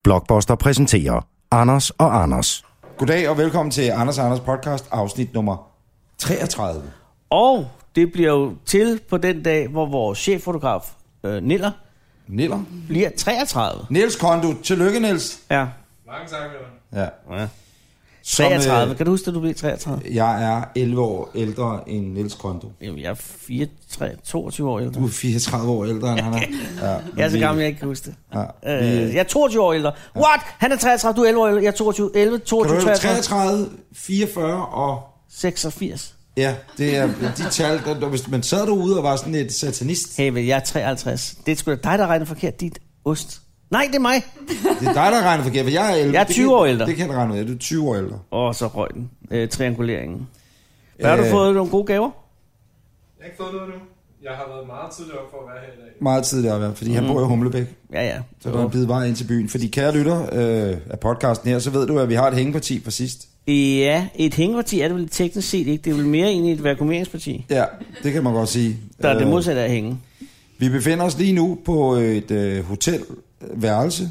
Blockbuster præsenterer Anders og Anders. Goddag og velkommen til Anders og Anders podcast, afsnit nummer 33. Og det bliver jo til på den dag, hvor vores cheffotograf, Niller, bliver 33. Niels Kondo, tillykke Niels. Ja. Mange tak, Jørgen. Ja. 33. Kan du huske, at du blev 33? Jeg er 11 år ældre end Niels Kondo. Jamen, jeg er 22 år ældre. Du er 34 år ældre end han er. Ja, jeg er så gammel, jeg ikke kan huske det. Ja, jeg er 22 år ældre. What? Han er 33, du er 11 år ældre. Jeg er 22, 11, 22, 33. 33, 44 og... 86. Ja, det er de tal, der, hvis man sad derude og var sådan et satanist. Hey, jeg er 53. Det er sgu da dig, der regner forkert, dit ost. Nej, det er mig. Det er dig, der regner forkert, for jeg er 11. Jeg er 20 år ældre. Det kan jeg regne ud, du er 20 år ældre. Så røg den. Trianguleringen. Hvad har du fået nogle gode gaver? Jeg har ikke fået noget nu. Jeg har været meget tidligere op for at være her i dag. Meget tidligere, ja, fordi han bor i Humlebæk. Ja. Så der er blevet vej ind til byen. Fordi kære lytter af podcasten her, så ved du, at vi har et hængeparti fra sidst. Ja, et hængeparti er det vel teknisk set ikke. Det er vel mere egentlig et vakuumeringsparti. Ja, det kan man godt sige. Der er det modsatte af hænge. Vi befinder os lige nu på et hotelværelse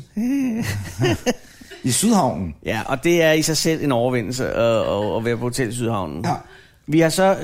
i Sydhavnen. Ja, og det er i sig selv en overvindelse at være på hotel i Sydhavnen. Ja. Vi har så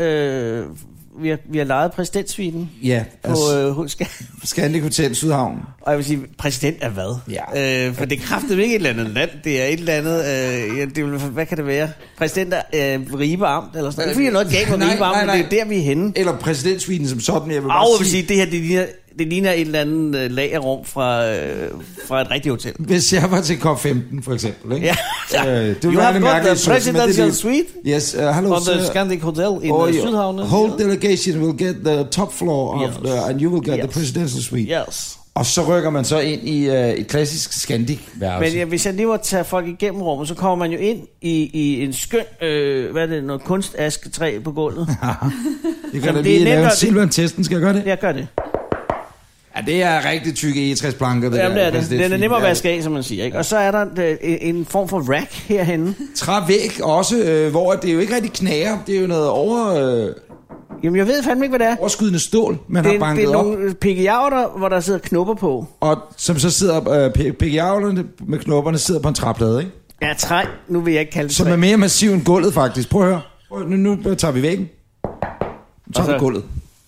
vi har lejet præsidentsuiten på Scandic Hotel Sydhavnen. Og jeg vil sige, præsident er hvad? Ja. For det kræftede ikke et eller andet land. Det er et eller andet... hvad kan det være? Præsident er Ribe Amt eller sådan noget. Det er noget galt med Ribe Amt, men det er der, vi er henne. Eller præsidentsuiten som sådan. Jeg vil sige, det her det ligner et eller andet lagerrum fra et rigtigt hotel. Hvis jeg var til COP15 for eksempel, ikke? Ja. Det you have got the presidential suite yes, hello, on the Scandic Hotel in Sydhavnen. Whole delegation will get the top floor of and you will get the presidential suite. Yes. Og så rykker man så ind i et klassisk Scandic-værelse. Men hvis jeg lige må tage folk igennem rummet, så kommer man jo ind i en skøn, noget kunstasketræ på gulvet. Det kan da lige lave Silvan-testen, skal jeg gøre det? Jeg gør det. Ja, det er rigtig tykke egetræsplanker. Jamen, det er det. Den er nemmere at vaske af, som man siger. Ikke? Og så er der en form for rack herhenne. Trævæg også, hvor det jo ikke rigtig knager. Det er jo noget over... Jamen, jeg ved fandme ikke, hvad det er. Overskydende stål, man har banket op. Det er nogle pikkejavler, hvor der sidder knopper på. Og som så sidder pikkejavlerne med knopperne sidder på en træplade, ikke? Ja, træ. Nu vil jeg ikke kalde det som træ. er mere massiv end gulvet, faktisk. Prøv at høre. Nu tager vi væggen. Nu tager vi gulvet.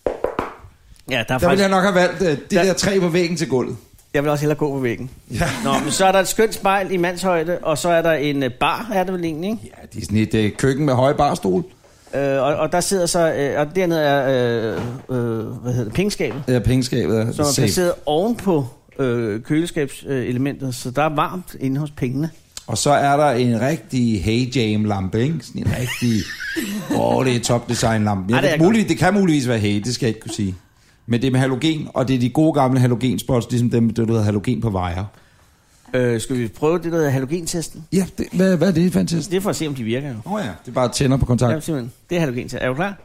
Ja, der ville jeg nok have valgt det der træ på væggen til gulvet. Jeg vil også hellere gå på væggen. Ja. Nå, men så er der et skønt spejl i mandshøjde, og så er der en bar, er det vel egentlig, ikke? Ja, det er sådan et køkken med høje barstol. Og der sidder så, og dernede er, pengeskabet. Ja, pengeskabet er som er placeret ovenpå køleskabselementet, så der er varmt inde hos pengene. Og så er der en rigtig Hey Jam lampe, ikke? Sådan en rigtig, det er top design lampe. Det kan muligvis være Hey, det skal jeg ikke kunne sige. Men det er med halogen, og det er de gode gamle halogenspots, ligesom dem, der hedder halogen på vejer. Skal vi prøve det, der hedder halogentesten? Ja, hvad er det for en test? Det er for at se, om de virker jo. Ja, det er bare tænder på kontakt. Ja, simpelthen. Det er halogentest. Er du klar?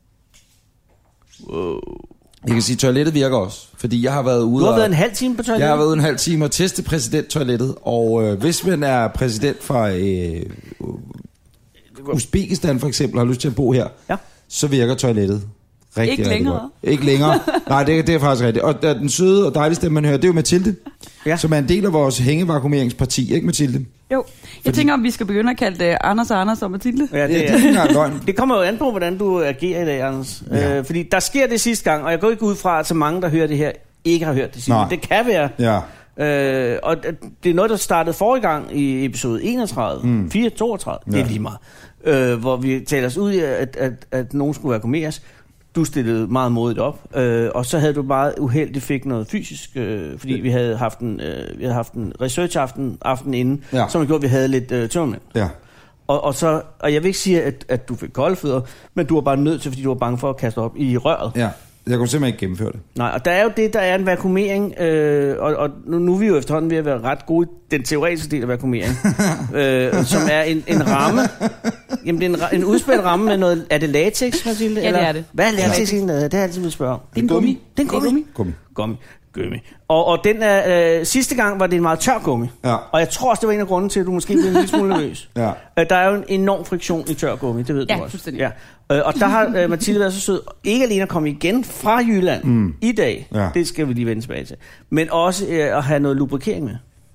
Wow. Jeg kan sige, at toilettet virker også, fordi jeg har været ude... Du har været en halv time på toilettet? Jeg har været en halv time og testet præsidenttoilettet, og hvis man er præsident fra Uzbekistan for eksempel, og har lyst til at bo her, så virker toilettet rigtig, ikke længere. Ikke længere. Nej, det er faktisk rigtigt. Og den søde og dejlige stemme, man hører, det er jo Mathilde, som er en del af vores hængevakuumeringsparti, ikke Mathilde? Jo, jeg tænker, om vi skal begynde at kalde det Anders og Anders og Mathilde. Ja, det er det kommer jo an på, hvordan du agerer i dag, Anders. Ja. Fordi der sker det sidste gang, og jeg går ikke ud fra, at så mange, der hører det her, ikke har hørt det sidste. Det kan være. Ja. Og det er noget, der startede forrige gang i episode 31, 432, det er lige meget. Hvor vi taler os ud i, at nogen skulle vakuumeres. Du stillede meget modigt op, og så havde du meget uheldigt fik noget fysisk, fordi vi havde haft en research-aften inden, som havde gjort, at vi havde lidt tørmænd. Ja. Og jeg vil ikke sige, at du fik kolde fødder, men du var bare nødt til, fordi du var bange for at kaste op i røret. Ja, jeg kunne simpelthen ikke gennemføre det. Nej, og der er jo det, der er en vakuumering, og nu er vi jo efterhånden ved at være ret gode i den teoretiske del af vakuumering, som er en ramme. Jamen, det er en udspændt ramme med noget... Er det latex, Mathilde? Ja, det er det. Hvad er latex egentlig? Det har jeg altid vil spørge om. Det er en gummi. Det er en gummi. Gummi. Og den er... sidste gang var det en meget tør gummi. Ja. Og jeg tror også, det var en af grunden til, at du måske blev en lille smule nervøs. Ja. Der er jo en enorm friktion i tør gummi, det ved du også. Fuldstændig. Ja, og der har Mathilde været så sød, ikke alene at komme igen fra Jylland i dag, det skal vi lige vende tilbage til, men også at have noget lubrikering med.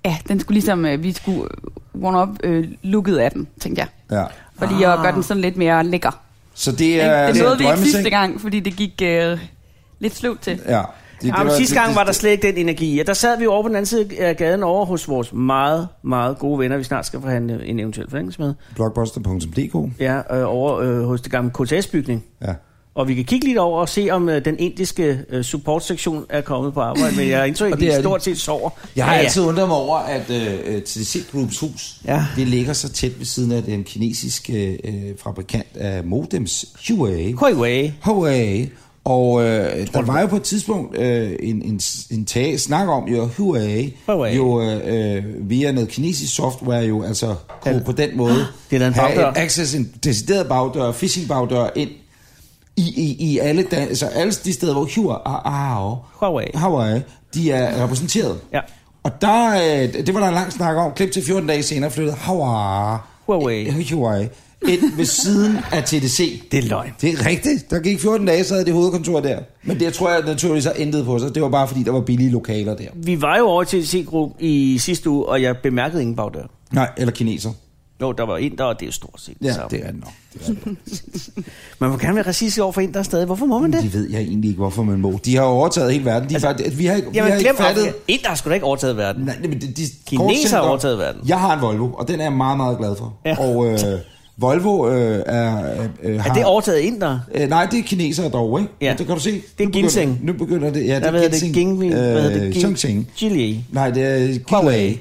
Ja, den skulle ligesom, vi skulle warm-up looket af den, tænkte jeg. Ja. For lige at gøre den sådan lidt mere lækker. Så det er... Det nåede vi ikke sidste gang, fordi det gik lidt sløvt til. Ja. Men sidste gang var der slet ikke den energi. Ja, der sad vi over på den anden side af gaden over hos vores meget, meget gode venner, vi snart skal forhandle en eventuel forlængelse med. Blockbuster.dk. Ja, over hos det gamle KTS-bygning. Ja. Og vi kan kigge lidt over og se, om den indiske support-sektion er kommet på arbejde. Men jeg har indtryk, at de stort set sover. Jeg har altid undret mig over, at TDC Groups hus, det ligger så tæt ved siden af den kinesiske fabrikant af modems, Huawei. Og der var jo på et tidspunkt en snak om, jo Huawei jo via noget kinesisk software jo altså kunne på den måde have access, en decideret bagdør, phishing bagdør ind i alle, altså alle de steder, hvor Huawei de er repræsenteret. Ja. Og der, det var der en lang snak om. Klip til 14 dage senere flyttede Huawei ind ved siden af TDC. Det er løgn. Det er rigtigt. Der gik 14 dage, så havde det hovedkontor der. Men det tror jeg naturligvis har ændret på sig. Det var bare fordi, der var billige lokaler der. Vi var jo over i TDC Group i sidste uge, og jeg bemærkede ingen bagdør. Nej, eller kineser. Jo, der var en der, og det er jo stort set. Ja, det er det nok. Man må gerne være racist over for en, der er stadig. Hvorfor må man det? Det ved jeg egentlig ikke, hvorfor man må. De har jo overtaget hele verden. Vi har ikke fattet... En, der har sgu da ikke overtaget verden. Nej, men kineser har overtaget verden. Jeg har en Volvo, og den er jeg meget, meget glad for. Ja. Og Volvo er det overtaget inder? Nej, det er kinesere dog, ikke? Ja. Det kan du se. Det er ginseng. Nu begynder det. Ja, det er ginseng. Hvad hedder det? Chongqing. Chile. Nej, det er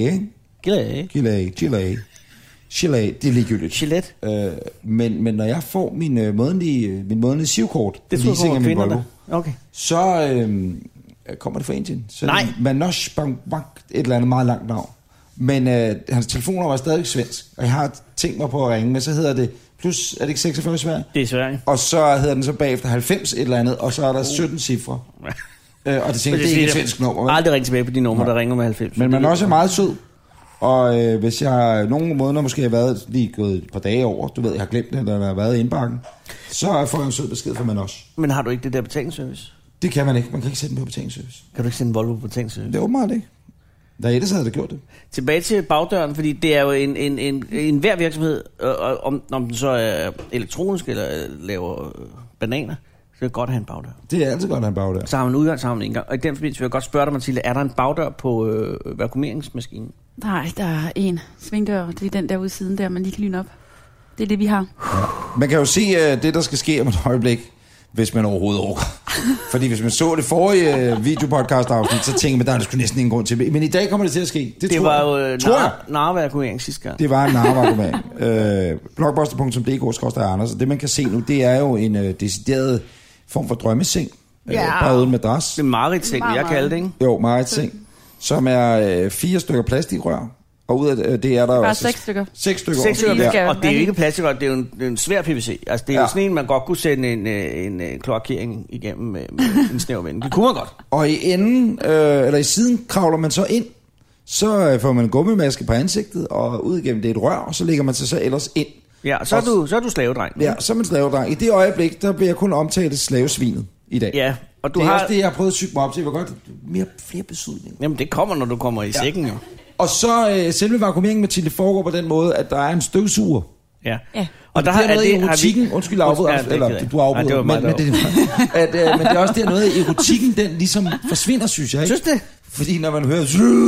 Chile, det er ligegyldigt. Chillet. Men når jeg får min månedlige SIV-kort, det tror jeg min Volvo, okay. Så kommer det fra Indien. Så nej. Manoj Bank, et eller andet meget langt navn. Men hans telefonnummer er stadig svensk, og jeg har tænkt mig på at ringe, men så hedder det plus, er det ikke 46 i Sverige? Det er Sverige. Og så hedder den så bagefter 90 et eller andet, og så er der 17 cifre. Og det tænker det er ikke et svensk nummer. Aldrig ringe tilbage på de numre, der ringer med 90. Men man er også meget sød. Og hvis jeg nogle måneder måske har været lige gået et par dage over, du ved, jeg har glemt det, eller har været i indbakken, så får jeg en sød besked fra man også. Men har du ikke det der betalingsservice? Det kan man ikke. Man kan ikke sætte den på betalingsservice. Kan du ikke sætte en Volvo på betalingsservice? Det er åbenbart ikke. Der er et, så havde det gjort det. Tilbage til bagdøren, fordi det er jo en hver virksomhed, om den så er elektronisk eller laver bananer, så er det godt at have en bagdør. Det er altid godt at have en bagdør. Så har man udgang, så har man en gang. Og i den forbindelse vil jeg godt spørge dig, Mathilde, er der en bagdør på vakuumeringsmaskinen? Nej, der er en svingdør. Det er den der ude siden der, man lige kan lyne op. Det er det, vi har. Ja. Man kan jo se det, der skal ske om et øjeblik, hvis man overhovedet overgår. Fordi hvis man så det forrige videopodcast-afsnit, så tænker man, der er sgu næsten ingen grund til. Men i dag kommer det til at ske. Det var jo narvakuering sidste gang. Det var en narvakuering. Blockbuster.dk/Anders. Det man kan se nu, det er jo en decideret form for drømmeseng. Bare uden madras. Det er Marits-seng, jeg kalder det, ikke? Jo, Marits-seng. Som er 4 stykker plastikrør. Og ud af det er der bare også 6 stykker. 6 stykker. Ja. Og det er jo ikke plastikrør, det er jo en svær PVC. Altså det er jo sådan en, man godt kunne sende en kloakering igennem med en snævervende. Det kunne man godt. Og i enden, eller i siden kravler man så ind. Så får man en gummimaske på ansigtet og ud igennem det et rør, og så lægger man sig så ellers ind. Ja, så er du slavedreng. Ja, så er man slavedreng. I det øjeblik, der vil jeg kun omtale slavesvinet i dag. Ja, og du det er har også det, jeg har prøvet at syge mig op til. Jeg vil godt flere besudninger. Jamen, det kommer, når du kommer i sækken, jo. Og så selve vakuumeringen, Mathilde, foregår på den måde, at der er en støvsuger. Ja. Og der er noget i erotikken, undskyld afbryder, eller du afbryder, men det er også der noget i erotikken, den ligesom forsvinder, synes jeg. Ikke? Synes det? Fordi når man hører...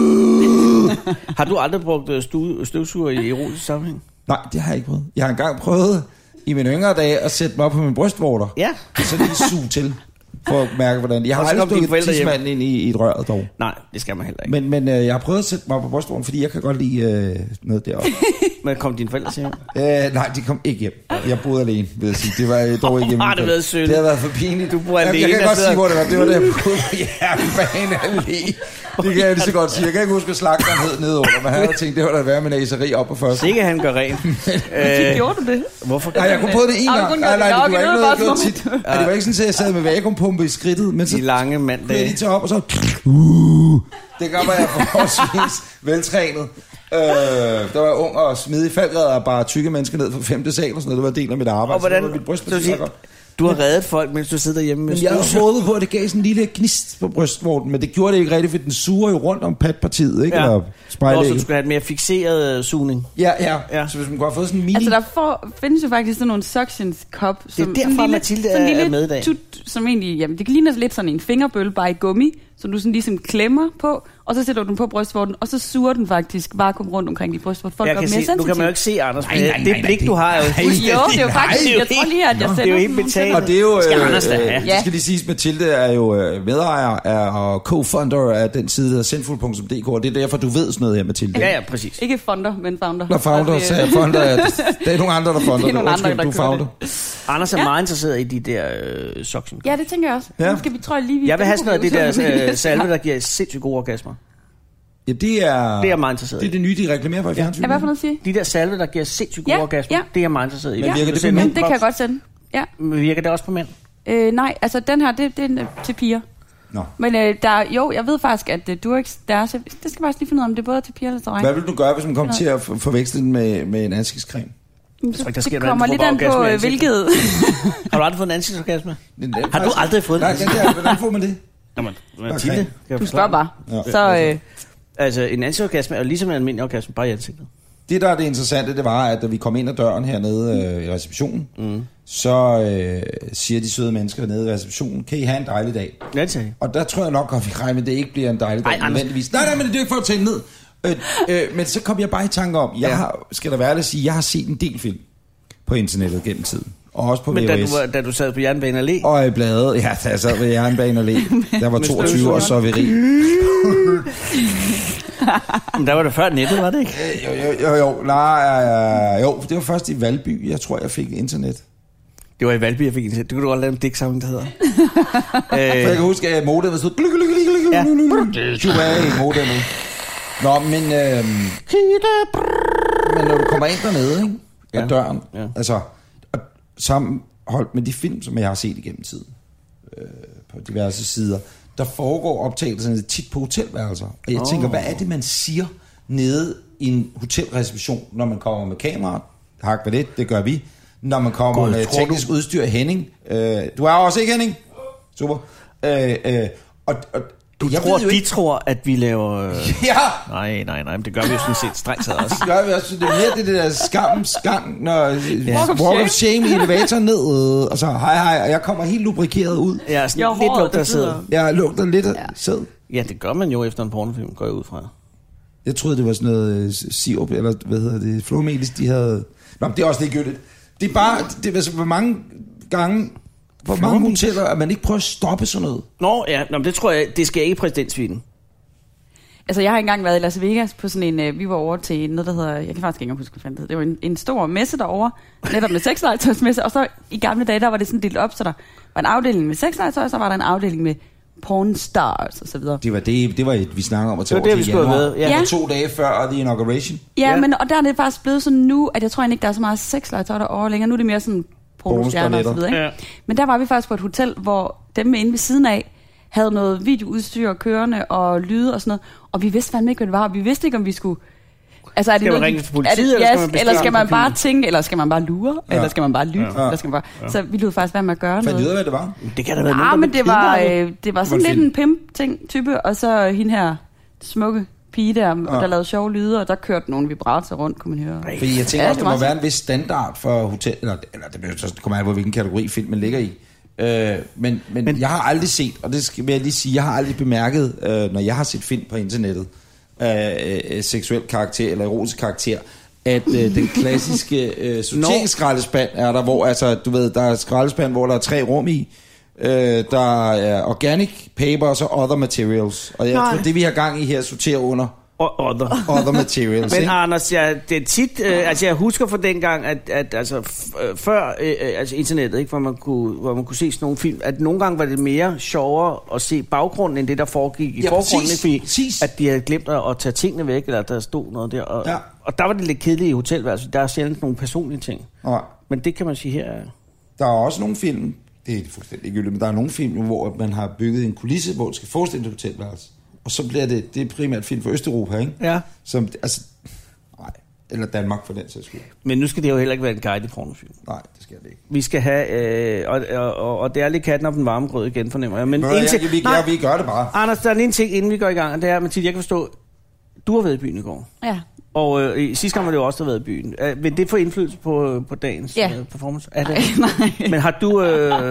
Har du aldrig brugt støvsuger i erotisk sammenhæng? Nej, det har jeg ikke prøvet. Jeg har engang prøvet i mine yngre dage at sætte mig op på min brystvorter. Ja. Så lige suge til. For at mærke, hvordan... Jeg har aldrig stukket tidsmanden ind i et røret dog. Nej, det skal man heller ikke. Men jeg har prøvet at sætte mig på brystvorten, fordi jeg kan godt lide noget deroppe. Men kom dine forældre til hjem? Nej, de kom ikke hjem. Jeg boede alene, vil jeg sige. Det var dog ikke hjemme. Det har været for pinligt. Du bor alene. Jeg kan godt sige, hvor det var. Det var der, jeg boede på Jernbanen alene. Det kan jeg lige så godt sige. Jeg kan ikke huske, at slagteren hed nedenunder, men han havde tænkt, det var der være med næseri op på første. Sikke han gør rent. Gjorde du det? Hvorfor? Nej, jeg kunne prøve det en gang. Nej, det var ikke noget, jeg gjorde tit. Det var ikke sådan, at jeg sad med vakuumpumpe i skridtet, men så de lange manddage. Jeg lige tager op, og så... Det gør mig, jeg forholdsvis veltrænet. Der var ung og smidig faldgræder og bare tykke mennesker ned fra 5. sal og sådan noget. Det var en del af mit arbejde. Og hvordan, Du har reddet folk, mens du sidder hjemme med Men jeg har håbet på, at det gav sådan en lille gnist på brystvorten, men det gjorde det ikke rigtigt, for den suger jo rundt om patpartiet, ikke? Ja. Eller spejlægget. Så du skulle have et mere fikseret sugning. Ja. Så hvis man kunne have fået sådan en mini... Altså, findes jo faktisk sådan nogle suctions cup, som det er derfor, Mathilde er med i dag. Tut, som egentlig, jamen, det kan ligne lidt sådan en fingerbølle, bare i gummi, som du sådan ligesom klemmer på, og så sætter du den på brystvorten, og så suger den faktisk vakuum rundt omkring de brystvorten. Folk jeg kan se, nu kan man jo ikke se, Anders, men det blik, du har jo... Jo, det er jo faktisk, jeg tror lige, at jeg sender det er jo helt betalt. Og det er jo... Skal Anders da have. Det skal lige siges, Mathilde er jo medejer og co-founder af den side, der hedder Sendful.dk, og det er derfor, du ved sådan noget her, Mathilde. Ja, præcis. Ikke founder, men founder. Nå, founder, så jeg founder. Det er nogle andre, der founder. Det er nogle andre, der du founder. Anders er meget interesseret i de der suction. Ja, det tænker jeg også. Ja. Nu skal vi, tror jeg lige... Jeg vil have sådan noget af det der salve, der giver sindssygt gode orgasmer. Ja, det er jeg meget interesseret i. Det er det nye, de reklamerer for i fjernsynet. Ja, hvad for noget siger I? De der salve, der giver sindssygt gode orgasmer, det er jeg meget interesseret i. Men virker det på Jamen, mænd? det kan jeg godt sende. Ja. Virker det også på mænd? Nej, altså den her, det er til piger. Nå. Men jeg ved faktisk, at Durex, det skal faktisk lige finde ud af, om det er både til piger eller til drenge. Hvad vil du gøre, hvis man kommer til at forveksle den med en ansigtscreme? Det kommer lidt an på, hvilket... Har du aldrig fået en ansigtsorgasme? Har du aldrig fået den? Nej, hvordan får man det? Jamen, Mathilde, du spørger bare. Ja. Så, altså, en ansigtsorgasme er ligesom en almindelig orgasme, bare i ansigtet. Det, der er det interessante, det var, at da vi kom ind ad døren hernede i receptionen, så siger de søde mennesker nede i receptionen, kan I have en dejlig dag? Ja, det sagde jeg. Og der tror jeg nok, at vi regner med, at det ikke bliver en dejlig dag. Nødvendigvis. Nej, men det er ikke for at tage ned. Men så kom jeg bare i tanke om, skal der være at sige, jeg har set en del film på internettet gennem tiden. Og også på VHS. Men da du sad på Jernbane Allé? Og i bladet. Ja, da jeg sad på Jernbane Allé. Der var 22 og så vi rig. Men der var det før nettet, var det ikke? Jo, det var først i Valby, jeg tror, jeg fik internet. Det var i Valby, jeg fik internet. Det kunne du godt lave en digtsamling, der hedder. For jeg kan huske, at modemet stod... i modemet. Nå, men når du kommer ind dernede, ikke? Af døren, altså, sammenholdt med de film, som jeg har set igennem tiden, på diverse sider, der foregår optagelserne tit på hotelværelser. Og jeg tænker, hvad er det, man siger nede i en hotelreception, når man kommer med kameraet? Hak ved det gør vi. Når man kommer med teknisk udstyr, Henning. Du er også ikke, Henning? Super. De tror, at vi laver... Ja! Nej, men det gør vi jo sådan set strengt taget også. Det gør vi også. Det er mere det der skam, når walk of shame i elevatoren ned, og så hej, og jeg kommer helt lubrikeret ud. Ja, sådan lidt lugter sæd. Jeg lugter lidt af sæd. Ja, det gør man jo efter en pornofilm, går jeg ud fra. Jeg troede, det var sådan noget sirup, eller hvad hedder det, flormelis, de havde... Nå, det er også ligegyldigt. Det er bare, hvor mange gange... Hvor mange hoteller, at man ikke prøver at stoppe sådan noget? Nå, ja, det tror jeg, det skal ikke i præsidentsviden. Altså, jeg har engang været i Las Vegas på sådan en, vi var over til noget, der hedder, jeg kan faktisk ikke huske, hvad det hedder. Det var en stor messe derovre, netop med sexlegetøjsmesse, og så i gamle dage, der var det sådan delt op, så der var en afdeling med sexlegetøj, så var der en afdeling med pornstars og så videre. Det var et, vi snakkede om at tage over til januar. Ja. 2 dage før the inauguration. Ja, men og der er det faktisk blevet sådan nu, at jeg tror ikke, der er så meget sexlegetøj derovre længere. Nu er det mere sådan pornostjerner og så videre, ikke? Ja. Men der var vi faktisk på et hotel, hvor dem inde ved siden af havde noget videoudstyr kørende og lyde og sådan noget, og vi vidste fandme ikke, hvad det var, og vi vidste ikke, om vi skulle... Altså, skal man ringe til politiet, eller skal man bare tænke, eller skal man bare lure, eller skal man bare lytte, eller skal man bare... Så vi lød faktisk være med at gøre noget. Fandt I ud af, hvad det var? Det kan da være noget, men det var sådan lidt en pimp-type, og så hende her smukke pige der lavede sjove lyde, og der kørte nogle vibratorer rundt, kunne man høre. Fordi jeg tænker også, der må være en vis standard for hotel, eller det kommer an på, hvilken kategori film man ligger i. Men jeg har aldrig set, og det vil jeg lige sige, jeg har aldrig bemærket, når jeg har set film på internettet, seksuel karakter eller erotisk karakter, at den klassiske sorteringsskraldespand er der, hvor altså, du ved, der er skraldespand, hvor der er 3 rum i, der er organic paper og så other materials. Og jeg tror, det vi har gang i her sorterer under other materials. Men Anders, det er tit, altså jeg husker fra dengang, at altså før altså internettet, ikke, hvor man kunne se sådan nogle film, at nogle gange var det mere sjovere at se baggrunden, end det der foregik i forgrunden, fordi at de havde glemt at tage tingene væk, eller der stod noget der. Og der var det lidt kedeligt i hotelværelset. Der er sjældent nogle personlige ting. Men det kan man sige her. Der er også nogle film, det er fuldstændig gyldigt, men der er nogle film, hvor man har bygget en kulisse, hvor det skal forestille et hotelværelse. Og så bliver det er primært film fra Østeuropa, ikke? Ja. Som, altså, nej. Eller Danmark for den sags skyld. Men nu skal det jo heller ikke være en guide pornofilm. Nej, det skal det ikke. Vi skal have, og det er lidt katten op den varme grød igen, fornemmer jeg. Men vi gør det bare. Anders, der er en ting, inden vi går i gang, og det er, Mathilde, jeg kan forstå, du har været i byen i går. Ja. Og sidste gang var det jo også, der har været i byen. Vil det få indflydelse på dagens performance? Nej. Men har du,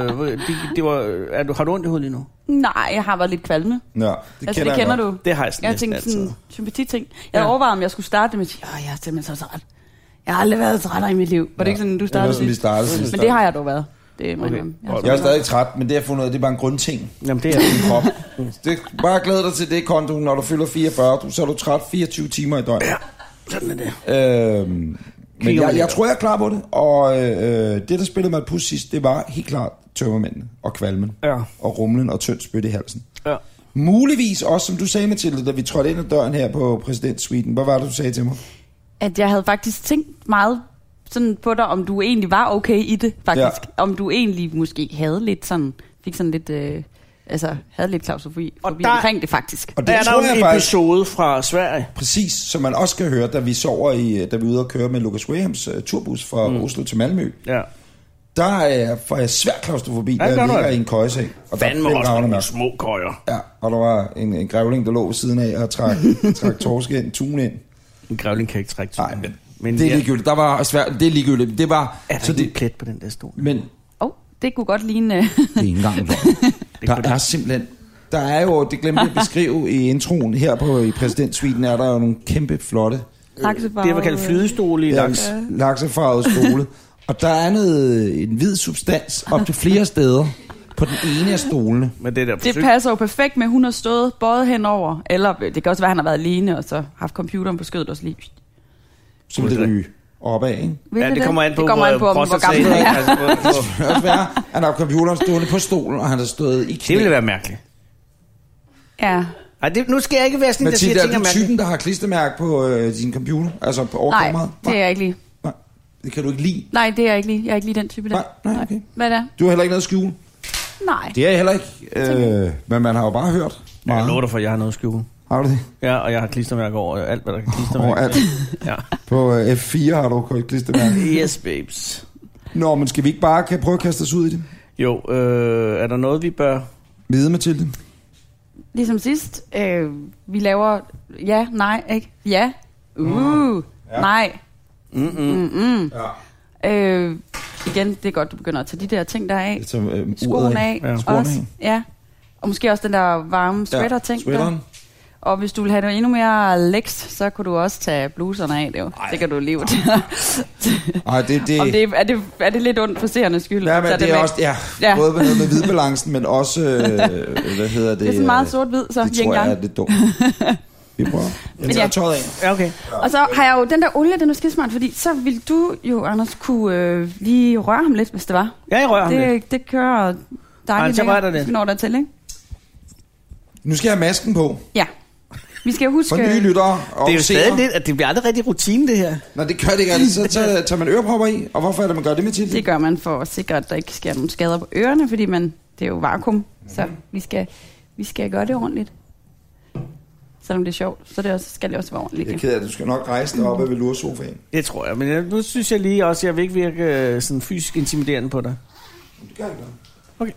har du ondt i hovedet lige nu? Nej, jeg har været lidt kvalme. Ja, det kender du. Det har jeg sådan. Jeg tænkte sådan sympati-ting. Jeg havde overvejet, om jeg skulle starte det med at sige, jeg er simpelthen så træt. Jeg har aldrig været træt i mit liv. Var det ikke sådan, du startede det? Men det har jeg dog været. Det okay. Jeg er stadig træt, men det jeg har fundet ud af, det er bare en grundting. Jamen det er din krop. Det bare glæd dig til det konto, når du fylder 44, så er du træt 24 timer i døgnet. Ja, sådan er det. Men jeg tror, jeg er klar på det. Og det, der spillede mig et pus sidst, det var helt klart tømmermændene og kvalmen. Ja. Og rumlen og tyndt spyt i halsen. Ja. Muligvis også, som du sagde, Mathilde, da vi trådte ind ad døren her på præsidentsuiten. Hvad var det, du sagde til mig? At jeg havde faktisk tænkt meget sådan på dig, om du egentlig var okay i det, faktisk. Ja. Om du egentlig måske havde lidt sådan, fik sådan lidt, havde lidt klaustrofobi omkring det, faktisk. Og det der er der en episode fra Sverige. Præcis, som man også skal høre, da vi er ude og køre med Lucas Grahams turbus fra Oslo til Malmø. Ja. Der får jeg svær klaustrofobi, der ligger i en køjeseng. Og fandme også nogle små køjer. Ja, og der var en grævling, der lå ved siden af og trak torske ind, tun ind. En grævling kan ikke trække tun ind. Men det er ligegyldigt. Der var svært. Det er ligegyldigt. Det var er der så det plet på den der stol? Men det kunne godt ligne. Det er ikke engang. Der er simpelthen. Der er jo, det glemte jeg at beskrive i introen her på i præsidentsuiten, er der jo nogle kæmpe flotte. Det var kaldt flydestole i laksefarvede stole. Og der er en hvid substans op til flere steder på den ene af stolene. Men det passer jo perfekt med, at hun har stået bøjet henover. Eller det kan også være, at han har været alene og så haft computeren på skødet også lige. Så vil det ryge opad, ikke? Ja, det kommer an på, hvor gammel det er. Det kan også være, at han har computeren stående på stolen, og han har stået i knæ. Det ville være mærkeligt. Ja. Ej, nu skal jeg ikke være sådan, der siger ting er mærkeligt. Er du typen, der har klistermærke på din computer? Altså på overkameraet? Nej, det er jeg ikke lige. Nej, det kan du ikke lide? Nej, det er jeg ikke lige. Jeg er ikke lige den type der. Nej, okay. Hvad er det? Du har heller ikke noget at skjule? Nej. Det er jeg heller ikke. Men man har jo bare hørt. Jeg lover dig for, at jeg har noget at skjule. Har du det? Ja, og jeg har klistermærker over alt, hvad der kan klistermærke. Over alt? Ja. På F4 har du klistermærke? Yes, babes. Nå, men skal vi ikke bare prøve at kaste os ud i det? Jo, er der noget, vi bør vide, Mathilde? Ligesom sidst, vi laver ja, nej, ikke? Ja. Nej. Ja. Igen, det er godt, du begynder at tage de der ting, der er af. Skoen af. Også. Ja. Og måske også den der varme sweater-ting. Ja, og hvis du vil have det endnu mere lækst, så kunne du også tage bluserne af. Det kan du leve til. Er det lidt ondt for seernes skyld? Ja, men det er også, både med noget med hvidbalancen, men også, hvad hedder det? Det er sådan meget sort-hvid, så det tror jeg er lidt dumt. Vi prøver. Jeg tager tøjet af. Ja, okay. Og så har jeg jo den der olie, den er skidesmart, fordi så vil du jo, Anders, kunne lige røre ham lidt, hvis det var. Ja, jeg rører ham lidt. Det kører dejligt længere, når der til, ikke? Nu skal jeg have masken på. Ja. Vi skal huske... For nye lyttere. Det er jo stadig lidt, at det bliver aldrig rigtig rutine, det her. Nej, det gør det ikke altid. Så tager man ørepropper i. Og hvorfor er det, man gør det med til? Det gør man for at sikre, at der ikke sker nogen skader på ørerne, fordi det er jo vakuum. Så vi skal gøre det ordentligt. Selvom det er sjovt, så skal det også være ordentligt. Jeg er ked af, at du skal nok rejse dig op af velursofaen. Det tror jeg, men nu synes jeg lige også, at jeg vil ikke virke sådan fysisk intimiderende på dig. Det gør jeg ikke. Okay.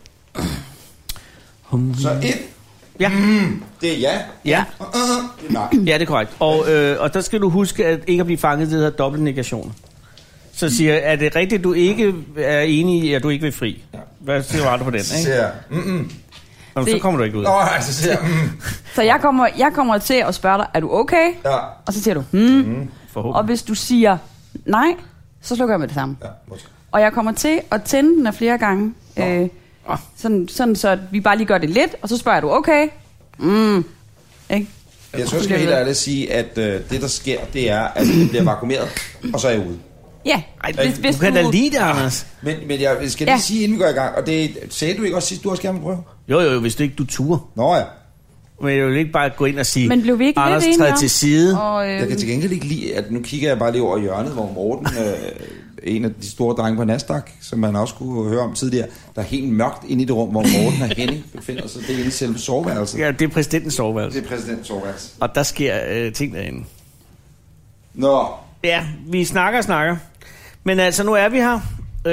Så 1. Ja. Det er ja. Ja. Det er nej. Ja, det er korrekt. Og der skal du huske at ikke at blive fanget i det her dobbeltnegation. Så siger er det rigtigt, at du ikke er enig i, at du ikke vil fri? Ja. Hvad siger du på den, ikke? Så så kommer du ikke ud. Så jeg kommer til at spørge dig, er du okay? Ja. Og så siger du, Og hvis du siger nej, så slukker jeg med det samme. Ja, og jeg kommer til at tænde den af flere gange. Sådan så vi bare lige gør det lidt, og så spørger jeg, er du okay? Ikke? Jeg tror, jeg skal helt ærligt sige, at det der sker, det er, at det bliver vakuumeret, og så er jeg ude. Ja. Hvis du kan da lide det, Anders. Men jeg skal lige sige, inden vi går i gang, og det sagde du ikke også sidst, du også gerne vil prøve? Jo, hvis du ikke du turer. Nå ja. Men jeg vil ikke bare gå ind og sige, men blev vi ikke Anders træder til side. Jeg kan til gengæld ikke lide, at nu kigger jeg bare lige over hjørnet, hvor Morten, en af de store drenge på Nasdaq, som man også kunne høre om tidligere, der er helt mørkt inde i det rum, hvor Morten og Henning befinder sig. Det er inde i selve soveværelset. Ja, det er præsidentens soveværelse. Det er præsidentens soveværelse. Og der sker ting derinde. Nå, Ja, vi snakker. Men altså, nu er vi her.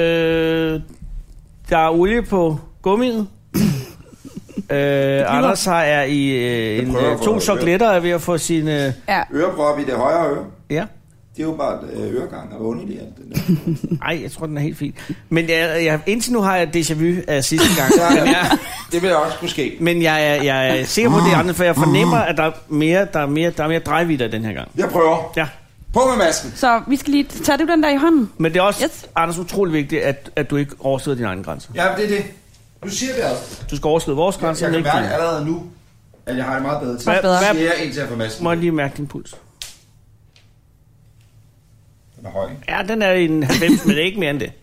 Der er olie på gummiet. Anders er i 2 chokolater er ved at få sine... Øreprop i det højre øre. Ja. Det er jo bare øregang og ondt i det. Nej, jeg tror, den er helt fin. Men indtil nu har jeg déjà vu af sidste gang. Det vil også kunne ske. Men jeg er sikker på det andet, for jeg fornemmer, at der er mere drejvidder den her gang. Jeg prøver. Ja. På med masken. Så vi skal lige tage den der i hånden. Men det er også, Anders, utrolig vigtigt, at du ikke overskrider dine egne grænser. Ja, det er det. Du siger det altså. Du skal overskride vores grænser. Jeg kan mærke allerede nu, at jeg har det meget bedre til. Hvad siger jeg indtil jeg får masken? Må jeg lige mærke din puls? Den er høj. Ja, den er en 90, men det er ikke mere end det.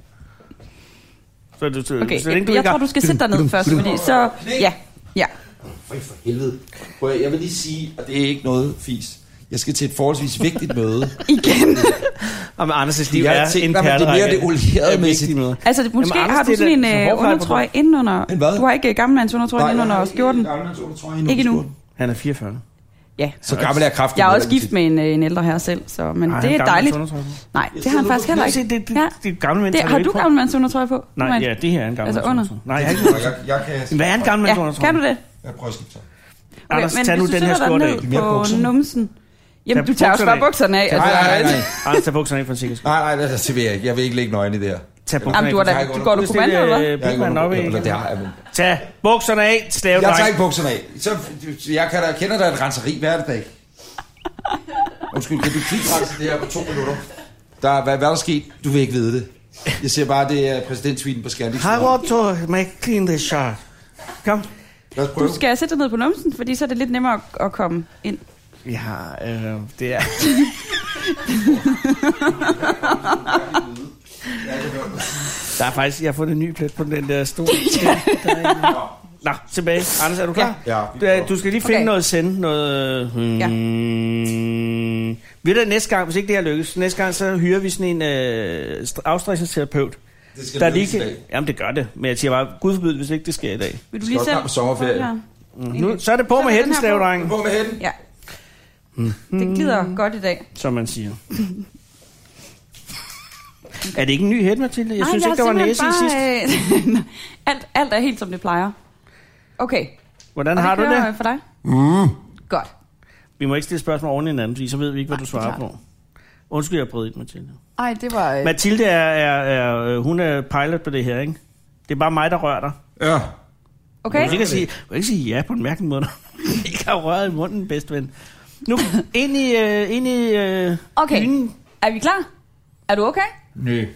Okay, jeg tror, du skal sætte dig ned først, fordi så... Ja. For helvede. Jeg vil lige sige, at det er ikke noget fis. Jeg skal til et forholdsvis vigtigt møde. Igen. Og med Anders' liv er en perlerække. Det er mere det olierede mæssigt. Altså, måske har du sådan en undertrøje indenunder. Du har ikke gammelmands undertrøje indenunder skjorten? Ikke nu. Han er 44. Ja. Så gammel er kraftigt. Jeg er også gift med en ældre her selv, så, men det er dejligt. Nej, det har han faktisk heller ikke. Det er gammelmands. Har du gammelmands undertrøje på? Nej, ja, det her er en gammelmands undertrøje. Nej, jeg har ikke. Hvad er en gammelmands undertrøje? Kan du det? Jeg prøver at skifte. Anders, tag nu den her skjorte af. På numsen. Jamen, du tager også bare bukserne af. Nej. Anders, tag bukserne af for en sikker skyld. Nej, det vil jeg ikke. Jeg vil ikke lægge nøgne i det her. Tag bukserne af. Du går du kommando, eller hvad? Tag bukserne af, slave dig. Jeg tager ikke bukserne af. Jeg kender dig et renseri hver dag. Undskyld, kan du klikrense det her på 2 minutter? Hvad er der sket? Du vil ikke vide det. Jeg siger bare, det er præsidentsvinen på Scandic. I want to make clean this shot. Kom. Du skal sætte dig ned på numsen, fordi så er det lidt nemmere at komme ind. Ja, det er... Der er faktisk... Jeg har fået en ny plet på den der store... Nå, tilbage. Anders, er du klar? Ja. Du skal lige finde noget sende, noget... Ved du, næste gang, hvis ikke det her lykkes, næste gang, så hyrer vi sådan en afstressningsterapeut. Det skal lykkes i dag. Jamen, det gør det. Men jeg siger bare, Gud forbyde, hvis ikke det sker i dag. Vil du lige selv? På sommerferie. Nu, så er det på med hætten, slavdrengen. På med hætten. Ja. Det glider godt i dag. Som man siger. Er det ikke en ny hæt, Mathilde? Jeg synes ikke, der var næse i sidst. Alt er helt, som det plejer. Okay. Hvordan har du det? For dig? Godt. Vi må ikke stille spørgsmål oven i hinanden, fordi så ved vi ikke, hvad du svarer på. Undskyld, jeg brød Mathilde. Ej, det var... Mathilde hun er pilot på det her, ikke? Det er bare mig, der rører dig. Ja. Okay. Du kan ikke sige ja på en mærkelig måde. Jeg har røret i munden, bedst ven. Nu, ind i okay. Dynen. Er vi klar? Er du okay? Nej.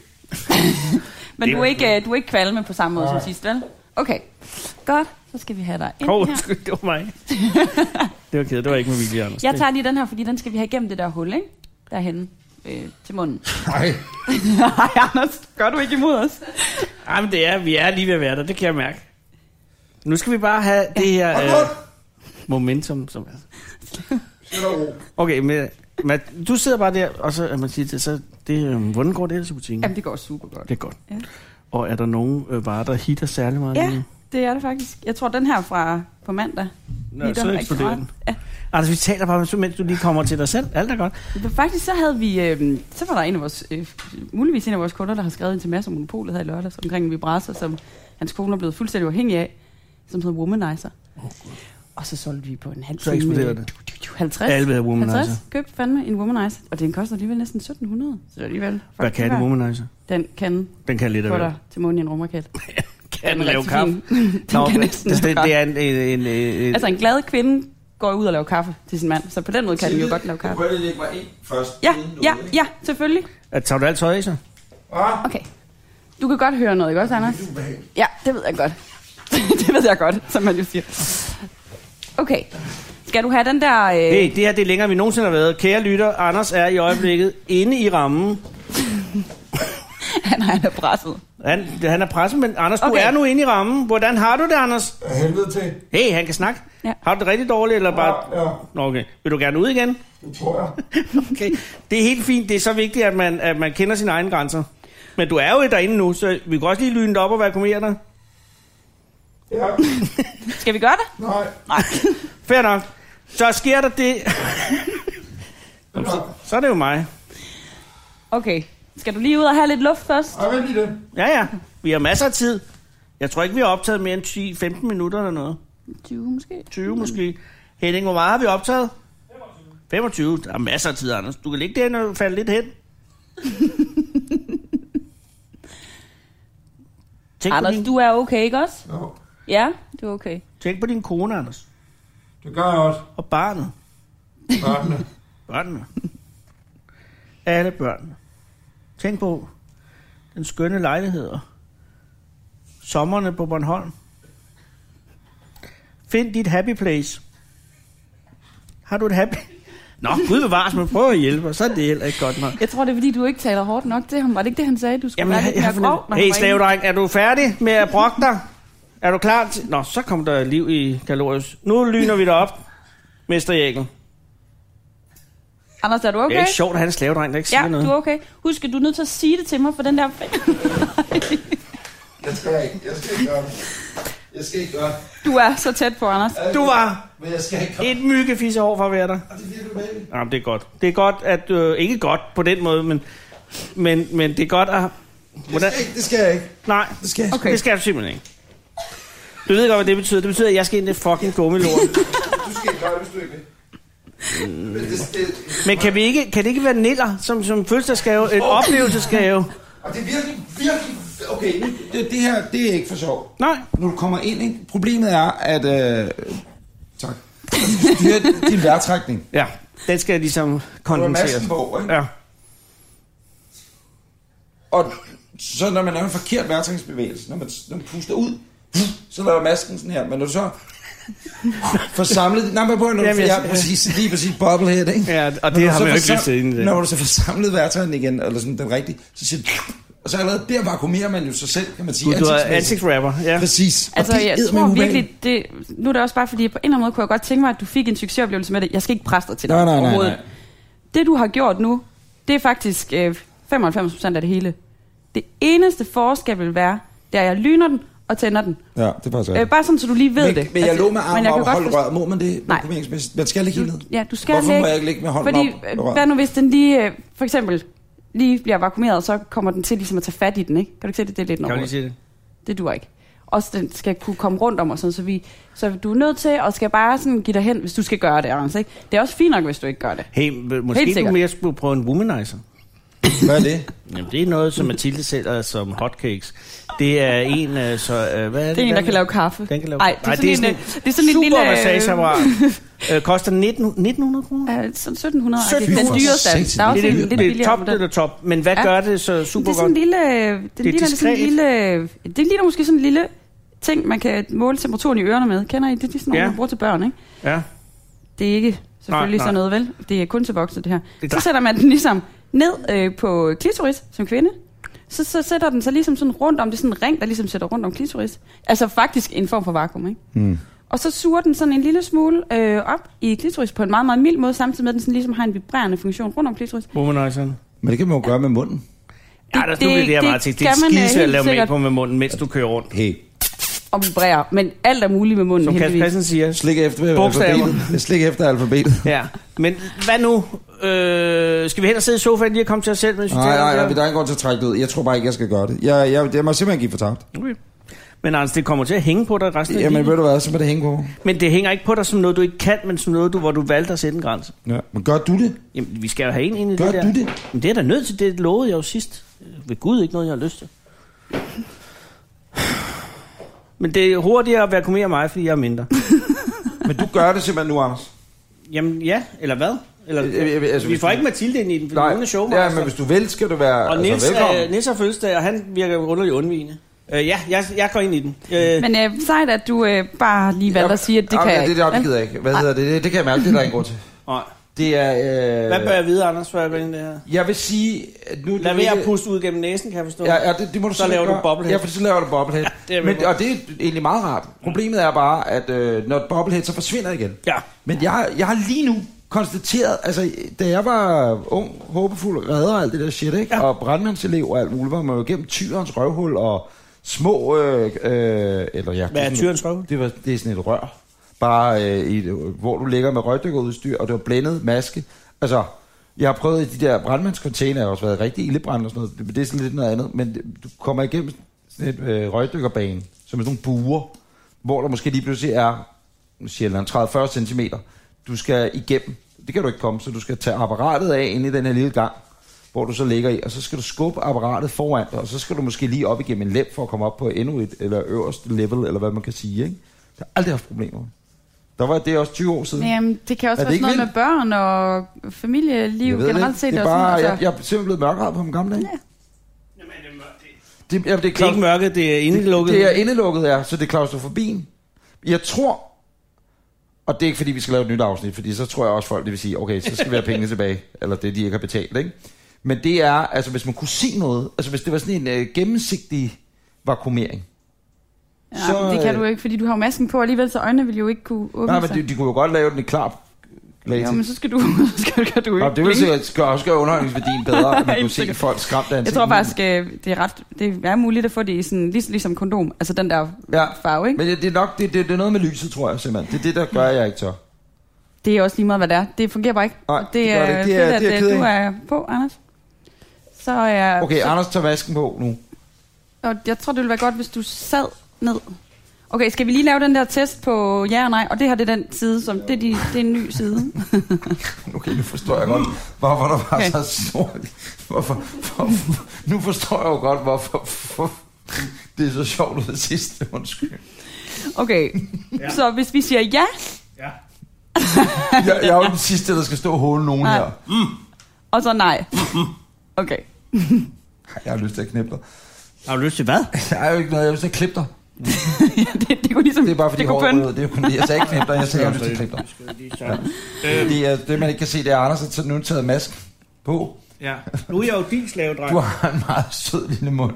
Men du er ikke kvalme på samme måde som sidst, vel? Okay. Godt. Så skal vi have dig ind her. Undskyld, det var mig. Det var kedeligt. Det var ikke med vilje, Anders. Jeg tager lige den her, fordi den skal vi have igennem det der hul, ikke? Derhenne til munden. Nej. Nej, Anders. Gør du ikke imod os? Jamen, vi er lige ved at være der. Det kan jeg mærke. Nu skal vi bare have det her momentum, som er... Okay, men du sidder bare der, og så man siger det, så hvordan går det ellers i butikken? Jamen, det går super godt. Det er godt. Ja. Og er der nogen varer, der hitter særlig meget? Ja, det er det faktisk. Jeg tror, den her fra på mandag. Nå, så eksploderer den. Ja. Altså, vi taler bare, mens du lige kommer til dig selv. Alt er godt. Faktisk så havde vi... så var der en af vores... muligvis en af vores kunder, der har skrevet ind til Mads om Monopolet her i lørdags omkring en vibrator, som hans kone er blevet fuldstændig afhængig af, som hedder Womanizer. Og så solgte vi på en halv time. Så eksploderer det. 50. Alle vil have Womanizer. 50. Købte fandme en Womanizer. Og den koster alligevel næsten 1700. Så alligevel... Hvad kan en Womanizer? Den kan lidt af dig til munden i en rumraket. Kan den lave kaffe? Det er en... Altså en glad kvinde går ud og laver kaffe til sin mand. Så på den måde kan den jo godt lave kaffe. Prøv at lægge mig ind først. Ja, selvfølgelig. Tager du alt tøj i så? Okay. Du kan godt høre noget, ikke også, Anders? Ja, det ved jeg godt. Det ved jeg godt, som man jo siger. Okay. Skal du have den der... Hey, det her det er længere, vi nogensinde har været. Kære lytter, Anders er i øjeblikket inde i rammen. Han er presset. Han er presset, men Anders, du er nu inde i rammen. Hvordan har du det, Anders? Helvede til. Hey, han kan snakke. Ja. Har du det rigtig dårligt, eller bare... Ja. Nå, okay. Vil du gerne ud igen? Det tror jeg. Okay. Det er helt fint. Det er så vigtigt, at man kender sine egne grænser. Men du er jo derinde nu, så vi kan også lige lyne dig op og vakuumere dig. Ja. Skal vi gøre det? Nej. Fair nok. Så sker der det... så er det jo mig. Okay. Skal du lige ud og have lidt luft først? Ja, vent lige det. Ja. Vi har masser af tid. Jeg tror ikke, vi har optaget mere end 10-15 minutter eller noget. 20 måske. Henning, hvor meget har vi optaget? 25. Der er masser af tid, Anders. Du kan ligge derinde og falde lidt hen. Anders, du er okay, ikke også? Jo. Ja, du er okay. Tænk på din kone, Anders. Det gør jeg også. Og barnet. Børnene. Alle børnene. Tænk på den skønne lejligheder. Sommerne på Bornholm. Find dit happy place. Har du et happy... Nå, Gud bevares, men prøv at hjælpe, så er det heller ikke godt nok. Jeg tror, det er fordi, du ikke taler hårdt nok til ham. Var det ikke det, han sagde? Du skulle være lidt mere grov, hey, slavedreng, er du færdig med at brokke dig? Er du klar til... Nå, så kom der liv i Kalorius. Nu lyner vi dig op, Mester Jægel. Anders, er du okay? Det er ikke sjovt at have en slavedreng, der ikke siger noget. Ja, du er okay. Husk, du er nødt til at sige det til mig, for den der... Jeg skal ikke gøre det. Du er så tæt på, Anders. Du var men jeg skal ikke et myggefisse over for at være der. Det virker behageligt. Jamen, det er godt. Det er godt, at... ikke godt på den måde, men det er godt at... Det skal jeg ikke. Nej, det skal jeg. Okay. Det skal du simpelthen ikke. Du ved godt, hvad det betyder. Det betyder, at jeg skal ind i det fucking gummilort. Du skal ikke gøre det, hvis du ikke vil. Men kan det ikke være niller, som fødselsdagsgave, et oplevelsesgave? Og det er virkelig... Okay, det her, det er ikke for sjov. Nej. Når du kommer ind, ikke? Problemet er, at... tak. Styre din vejrtrækning. Ja, den skal ligesom kondenseres. Du har masken på, ikke? Ja. Og så når man laver en forkert vejrtrækningsbevægelse, når man puster ud, så laver masken sådan her. Men når du så får samlet... Nej, men på, når du lige præcis bobblehead, ikke? Ja, og det har man jo ikke lyst til. Når du så får samlet vejrtrækningen igen, eller sådan den rigtige, så siger du... Og så allerede der vakuumerer man jo sig selv, kan man sige. Du er ansigtsrapper, ja. Præcis. Altså, jeg tror virkelig, nu er det også bare fordi, på en eller anden måde kunne jeg godt tænke mig, at du fik en succesoplevelse med det. Jeg skal ikke presse dig til dig overhovedet. Nej. Det, du har gjort nu, det er faktisk 95% af det hele. Det eneste forskel vil være, det er, at jeg lyner den og tænder den. Ja, det er faktisk bare sådan, så du lige ved det. Men jeg lå med armen op og holde røret. Må man det? Nej. Man skal ikke helt ned. Ja, du skal Hvorfor må jeg ikke ligge med hånden fordi, op? Fordi, hvad nu hvis den lige, for eksempel... lige bliver vakuumeret, så kommer den til ligesom at tage fat i den, ikke? Kan du ikke se det? Det er lidt noget. Kan du lige se det? Det duer ikke. Også den skal kunne komme rundt om og sådan, så du er nødt til at skal bare sådan give dig hen, hvis du skal gøre det, Anders, ikke? Det er også fint nok, hvis du ikke gør det. Hey, måske du mere skulle prøve en womanizer. Hvad er det? Jamen, det er noget, som Mathilde sælger som hotcakes. Det er en, hvad er det? Det er en, der kan lave kaffe. Den kan lave Ej, det er sådan en super lille massageapparat. Koster 1900 kroner? Ja, 1700. Den dyreste. Der er også lidt billigere. Det er top. Men hvad gør det så super godt? Det ligner måske sådan en lille ting, man kan måle temperaturen i ørerne med. Kender I det? Det er sådan noget, man bruger til børn, ikke? Ja. Det er ikke selvfølgelig sådan noget, vel? Det er kun til voksne, det her. Så sætter man den ligesom ned på klitoris som kvinde. Så sætter den sig ligesom sådan rundt om, det er sådan en ring, der ligesom sætter rundt om klitoris. Altså faktisk en form for vakuum, ikke? Mm. Og så suger den sådan en lille smule op i klitoris på en meget, meget mild måde, samtidig med at den sådan ligesom har en vibrerende funktion rundt om klitoris. Womanizeren. Men det kan man jo gøre med munden. Ja, det er meget til. Det er skide at lave med på med munden, mens du kører rundt. Hey. Og vibrerer, men alt er muligt med munden. Som Kasper Christensen siger. Slik efter alfabetet. Slik efter alfabetet. Ja, men hvad nu? Skal vi hen og sidde i sofaen lige og komme til os selv? Nej, der er ingen grund til at trække det ud. Jeg tror bare ikke, jeg skal gøre det. Jeg må simpelthen give for tabt. Okay. Men Anders, det kommer til at hænge på dig resten af Jamen ved du hvad, så må det hænge på. Men det hænger ikke på dig som noget, du ikke kan, men som noget, hvor du valgte at sætte en grænse. Ja, men gør du det? Jamen, vi skal jo have en ind i det der. Gør du det? Men det er da nødt til, det lovede jeg jo sidst. Ved Gud ikke noget, jeg har lyst til. Men det er hurtigere at vakuumere mig, fordi jeg er mindre. Men du gør det simpelthen nu, Anders? Jamen ja, eller hvad? Eller, altså, vi får ikke Mathilde ind i den, for show. Ja, men hvis du vil, skal du være og Niels har fødselsdag, og han virker underligt undvigende. Jeg går ind i den. Men sejt, at du bare lige valgte at sige, at det kan jeg ikke. Det gider jeg ikke. Hvad hedder det? Det kan jeg mærke, det er der ingen grund til. Nej. Det er... Hvad bør jeg vide, Anders, før jeg går ind i det her? Jeg vil sige... Lad være at puste ud gennem næsen, kan jeg forstå. Ja, det må du så laver du bobblehead. Ja, for så laver du bobblehead. Ja, og det er egentlig meget rart. Problemet er bare, at når et bobblehead, så forsvinder igen. Ja. Men jeg har lige nu konstateret, altså da jeg var ung, håbefuld, redder og alt det der shit, ikke? Ja. Og brandmandselev og alt muligt, var man jo gennem tyrens røvhul og små... eller ja, hvad er tyrens røvhul? Det er sådan et rør. Bare hvor du ligger med røgdykkerudstyr, og det var blændet maske. Altså, Jeg har prøvet de der brandmandscontainer, har også været rigtig ildebrand og sådan noget. Det er sådan lidt noget andet, men du kommer igennem sådan et røgdykkerbane, som er sådan nogle buer, hvor der måske lige pludselig er, nu siger jeg 30-40 cm. Du skal igennem. Det kan du ikke komme, så du skal tage apparatet af ind i den her lille gang, hvor du så ligger i, og så skal du skubbe apparatet foran dig, og så skal du måske lige op igennem en lem for at komme op på endnu et, eller øverste level, eller hvad man kan sige, ikke? Jeg har aldrig haft problemer. Der var det også 20 år siden. Jamen, det kan også være sådan noget med børn og familieliv generelt set. Det er bare, jeg er simpelthen blevet mørkeret på min gamle dage. Ja. Jamen, det er ikke mørket, det er indelukket. Det er indelukket, ja, så det er klaustrofobien. Jeg tror, og det er ikke fordi, vi skal lave et nyt afsnit, fordi så tror jeg også folk, det vil sige, okay, så skal vi have pengene tilbage, eller det, de ikke har betalt, ikke? Men det er, altså hvis man kunne se noget, altså hvis det var sådan en gennemsigtig vakuumering. Ja, så, det kan du ikke, fordi du har masken på, alligevel så øjnene vil jo ikke kunne åbne sig. Nej, men de kunne jo godt lave den i klar. Ja, men så skal du ikke. Nå, det vil sikkert også gøre underholdningsværdien bedre, at man kunne se folk skræmte ansigt. Jeg tror faktisk, det er muligt at få det i sådan, ligesom kondom, altså den der farve, ikke? Men det er nok, det er noget med lyset, tror jeg simpelthen. Det er det, der gør, jeg ikke tør. Det er også lige meget, hvad det er. Det fungerer bare ikke. Nej, det er fedt, at du er på, Anders. Så er okay, Anders tager masken på nu. Og jeg tror, det ville være godt, hvis du sad ned. Okay, skal vi lige lave den der test på ja og nej? Og det her, det er den side, som det er en ny side. Okay, nu forstår jeg godt, hvorfor der var så stort. Nu forstår jeg jo godt, hvorfor det er så sjovt ud det sidste. Undskyld. Okay, så hvis vi siger ja. Ja. Jeg er jo den sidste, der skal stå og holde nogen her. Og så nej. Okay. Jeg har lyst til at knippe dig. Har du lyst til hvad? Jeg har jo ikke noget, jeg har lyst til at klippe dig. det kunne ligesom... Det er bare fordi håret, det er kun det. Jeg sagde ikke knippe dig, jeg sagde, jeg har lyst til at klippe dig. Det man ikke kan se, det er Anders, har nu taget mask på. Ja, nu er jeg jo din slavedreng. Du har en meget sød lille mund.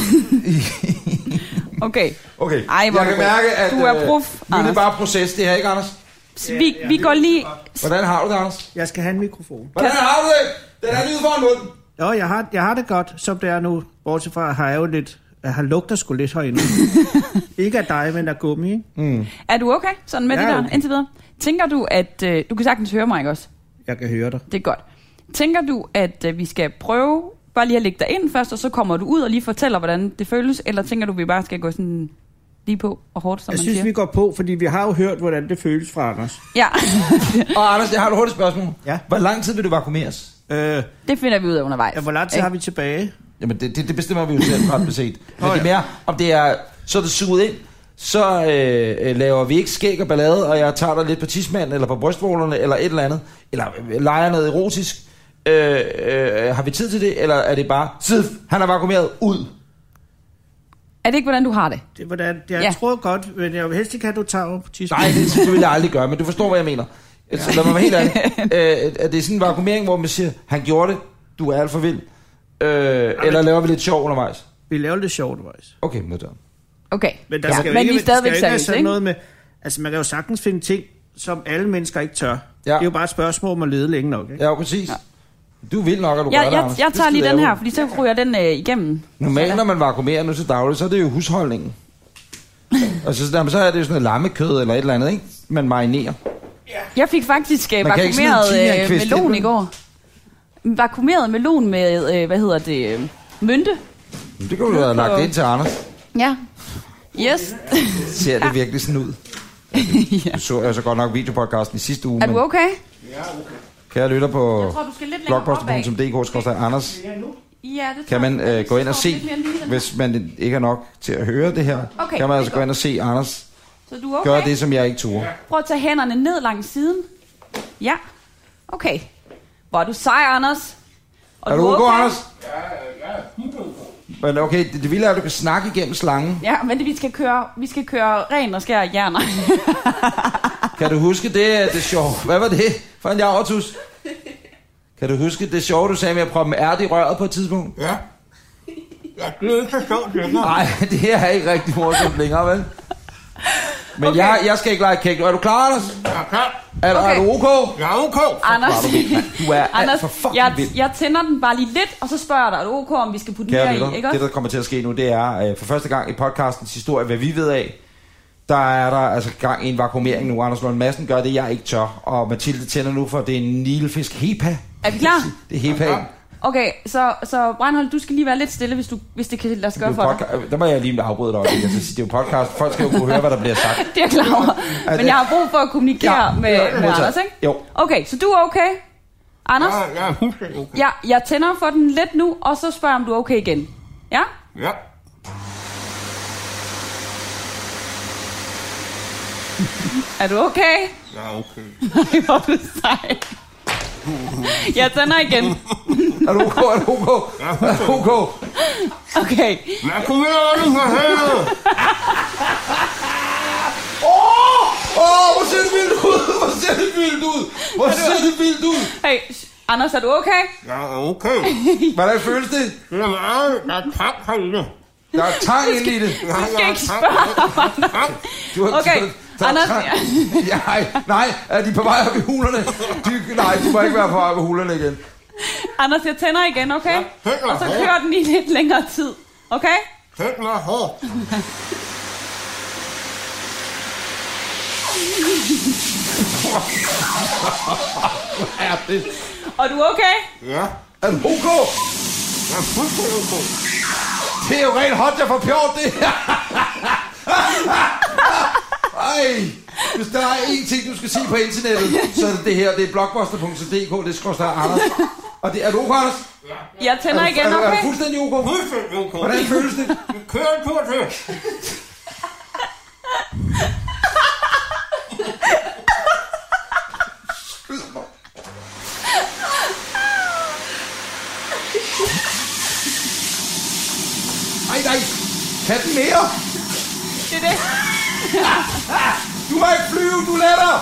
Okay. Ej, jeg kan mærke, at du er prof, nu er det bare proces, det her, ikke Anders? Vi går lige... Hvordan har du det, Anders? Jeg skal have en mikrofon. Hvordan har du det? Den er lige foran munden. Jo, jeg har det godt, som det er nu. Bortset fra, har jeg jo lidt... Jeg har lugter sgu lidt herinde. Ikke af dig, men af gummi, ikke? Mm. Er du okay sådan med det der indtil videre? Tænker du, at... du kan sagtens høre mig, ikke også? Jeg kan høre dig. Det er godt. Tænker du, at vi skal prøve bare lige at lægge dig ind først, og så kommer du ud og lige fortæller, hvordan det føles? Eller tænker du, at vi bare skal gå sådan lige på og hårdt, som man siger? Jeg synes, vi går på, fordi vi har jo hørt, hvordan det føles fra Anders. Ja. Og Anders, jeg har et hurtigt spørgsmål. Ja. Hvor lang tid vil du vakuumeres? Det finder vi ud af undervejs. Ja, hvor lang tid har vi tilbage? Jamen, det bestemmer vi jo selv ret beset. Men det er mere, om det er, så er det suget ind, så laver vi ikke skæg og ballade, og jeg tager dig lidt på tidsmanden, eller på brystvorterne, eller et eller andet, eller leger noget erotisk. Har vi tid til det, eller er det bare, han er vakuumeret ud? Er det ikke, hvordan du har det? Det er, hvordan, jeg tror godt, men jeg vil helst ikke have, at du tager på tidsmanden. Nej, det vil jeg aldrig gøre, men du forstår, hvad jeg mener. Så lad mig være helt ærlig. Er det sådan en vakuumering, hvor man siger, han gjorde det, du er alt for vild? Eller laver vi lidt sjov undervejs? Vi laver lidt sjov undervejs. Okay, modtaget. Okay, men der skal men vi er stadigvæk seriøst, ikke? Noget med, altså man kan jo sagtens finde ting, som alle mennesker ikke tør. Det er jo bare et spørgsmål om at lede længe nok, ikke? Ja, præcis. Du vil nok, at du gør det, Anders. Jeg tager lige den her, fordi så ryger den igennem. Normalt, når man vakuumerer nu til dagligt, så er det jo husholdningen. Altså, så er det jo sådan noget lammekød eller et eller andet, ikke? Man marinerer. Jeg fik faktisk vakuumeret melon i går. Vakuumeret melon med, mynte. Det kunne du have lagt ind til Anders. Ja. Yes. Ser det virkelig sådan ud? Ja. Du så altså godt nok videopodcasten i sidste uge. Er du okay? Ja, okay. Kære lytter på blogposter.dk/Anders. Ja, det kan man gå ind og se, hvis man ikke er nok til at høre det her, kan man altså gå ind og se Anders gøre det, som jeg ikke turde. Prøv at tage hænderne ned langs siden. Ja. Okay. Hvor er du sej, Anders. Og er du okay, Anders? Ja. Men okay, det vilde er, at du kan snakke igennem slangen. Ja, men vi skal køre ren og skære hjerner. Kan du huske det sjove? Hvad var det for en javertus? Kan du huske det sjove, du sagde med at proppe med ærte i røret på et tidspunkt? Ja. Det er ikke så sjovt længere. Nej, det er ikke rigtig morsomt længere, vel? Men okay. jeg skal ikke lege kæk. Er du klar, Anders? Jeg er klar. Er du ok? Jeg er ok. Anders, du er alt for fucking vild. Jeg tænder den bare lige lidt, og så spørger jeg dig, er du ok, om vi skal putte mere i, ikke? Det, der kommer til at ske nu, det er for første gang i podcastens historie, hvad vi ved af, der er der altså gang i en vakuumering nu. Anders Lund Madsen gør det, jeg ikke tør. Og Mathilde tænder nu for, det er en nilfisk HEPA Er vi klar? Det er helt pænt. Okay, så Breinholt, du skal lige være lidt stille, hvis det kan lade sig gøre for dig. Der må jeg lige afbryde dig. Det er jo podcast. Folk skal jo kunne høre, hvad der bliver sagt. Det er jeg klar over. Men jeg har brug for at kommunikere med Anders, ikke? Jo. Okay, så du er okay? Anders? Ja, okay. Ja, jeg tænder for den lidt nu, og så spørger om du er okay igen. Ja? Ja. Er du okay? Ja, okay. Nej, hvor er du sej. Jeg tænder igen. Er du okay? Er du okay? Okay. Jeg kunne være det for helvede. Hvor ser det vildt ud? Hvor ser det vildt ud? Hey, Anders, er du okay? Ja, okay. Hvordan føles det? Det er meget, der er tang herinde. Der er tang ind i det. Du skal ikke spørge mig. Okay, Anders. Nej, er de på vej op i hulerne? Nej, de må ikke være på vej op i hulerne igen. Anders, jeg tænder igen, okay? Ja, og så kører den i lidt længere tid, okay? Tænd mig hårdt. Hvad er det? Og du er okay? Ja. Er du okay? Jeg er fuldstændig okay. Det er jo rent hot, jeg får pjort det her. Ej, hvis der er én ting, du skal se på internettet, så er det her. Det er blockbuster.dk, det skal der Anders. Og det er du okay, Anders? Jeg tænder igen, okay? Er du fuldstændig okay? Fuldstændig okay. Hvordan føles det? Vi kører en tur til. Nej. Kan den mere? Det er det. Du må ikke flyve, du letter.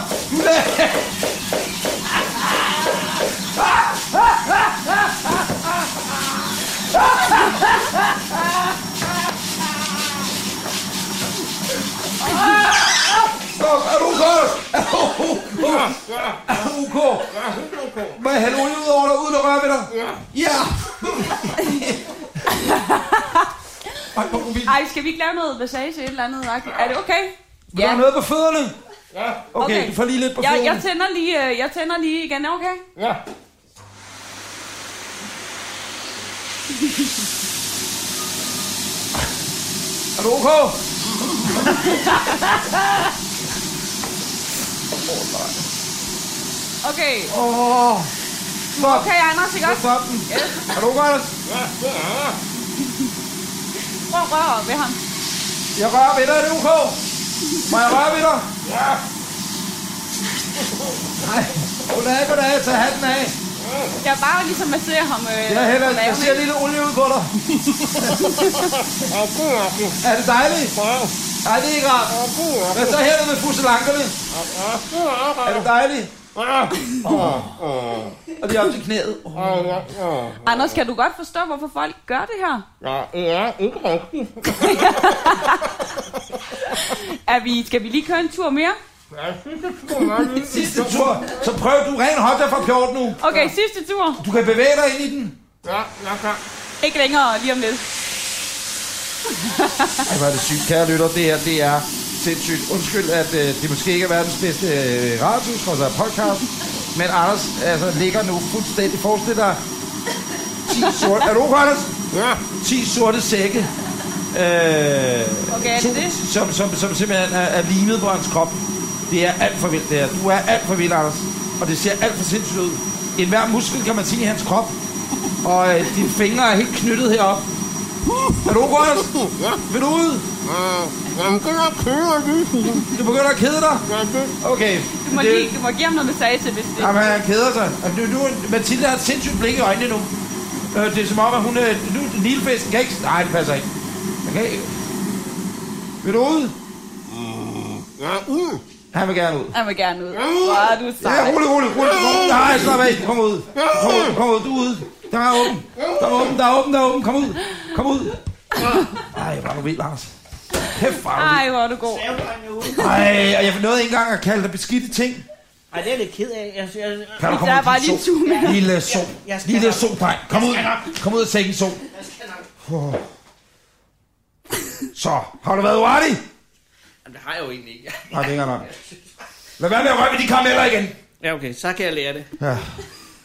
Er du okay? Må jeg hælde olie ud over dig, uden at røre ved dig? Ja. Ej, skal vi ikke lave noget massage, et eller andet? Er det okay? Vil du have noget på fødderne? Ja. Okay, du får lige lidt på fødderne. Jeg tænder lige igen, okay? Ja. Er du okay? Okay. Stop. Okay, Anders, ikke også? Stop den. Yes. Er du okay, Anders? Ja, det er jeg. Prøv at røre ved ham. Jeg rører ved dig, er det okay? Må jeg røre ved dig? Ja. Nej. Goddag, tag hatten af. Jeg bare ligesom masserer ham. Jeg ser lidt olie ud på dig. Ja, det er det. Er det dejligt? Ja. Nej, det er ikke rart. Ja, det er det. Hvad så hernede med fusselankerne? Ja, det er det. Er det dejligt? Ja. Og det er op til knæet. Ja. Anders, kan du godt forstå, hvorfor folk gør det her? Ja, det er ikke rigtigt. Skal vi lige køre en tur mere? Ja, Sidste tur. Så prøv du ren hotdog fra pjort nu. Okay, sidste tur. Du kan bevæge dig ind i den. Ja, jeg kan. Ikke længere, lige om lidt. Ej, hvor er det sygt. Kære lytter, det er sindssygt. Undskyld, at det måske ikke er verdens bedste radio, trods af podcast. Men Anders ligger nu fuldstændig. Forestil dig 10 sorte... Er du okay, Anders? Ja. 10 sorte sække. Okay, er det det? Som simpelthen er limet på hans krop. Det er alt for vildt, det her. Du er alt for vild, Anders. Og det ser alt for sindssygt ud. En hver muskel kan man sige i hans krop. Og dine fingre er helt knyttet herop. Er du okay, Anders? Ja. Vil du ud? Jeg begynder at køre lidt. Du begynder at kede dig? Ja, det. Okay. Du må give ham noget massage, hvis det... Jamen, han keder sig. Mathilde har et sindssygt blik i øjnene nu. Det er som om, at hun... Nilfesten kan ikke... Nej, det passer ikke. Okay. Vil du ud? Ja, ud. Han vil gerne ud. Han vil gerne ud. Wow, du er sej. Ja, rolig. Nej, slap af. Kom ud. Kom ud, du er ude. Der er åben. Kom ud. Ej, hvor er du vild, Lars. Kæft, hvor er du vild. Ej, hvor er du god. Ej, og jeg nåede ikke engang at kalde dig beskidte ting. Ej, det er lidt ked af. Kan du komme Der er ud, bare lige 2 minutter. Lille so, dreng. Kom ud af sengen, so. Så, har du været uartig? Jamen, det har jeg jo egentlig ikke. Nej, det er ikke nok. Lad være med at røre ved de karameller igen. Ja, okay, så kan jeg lære det. Ja.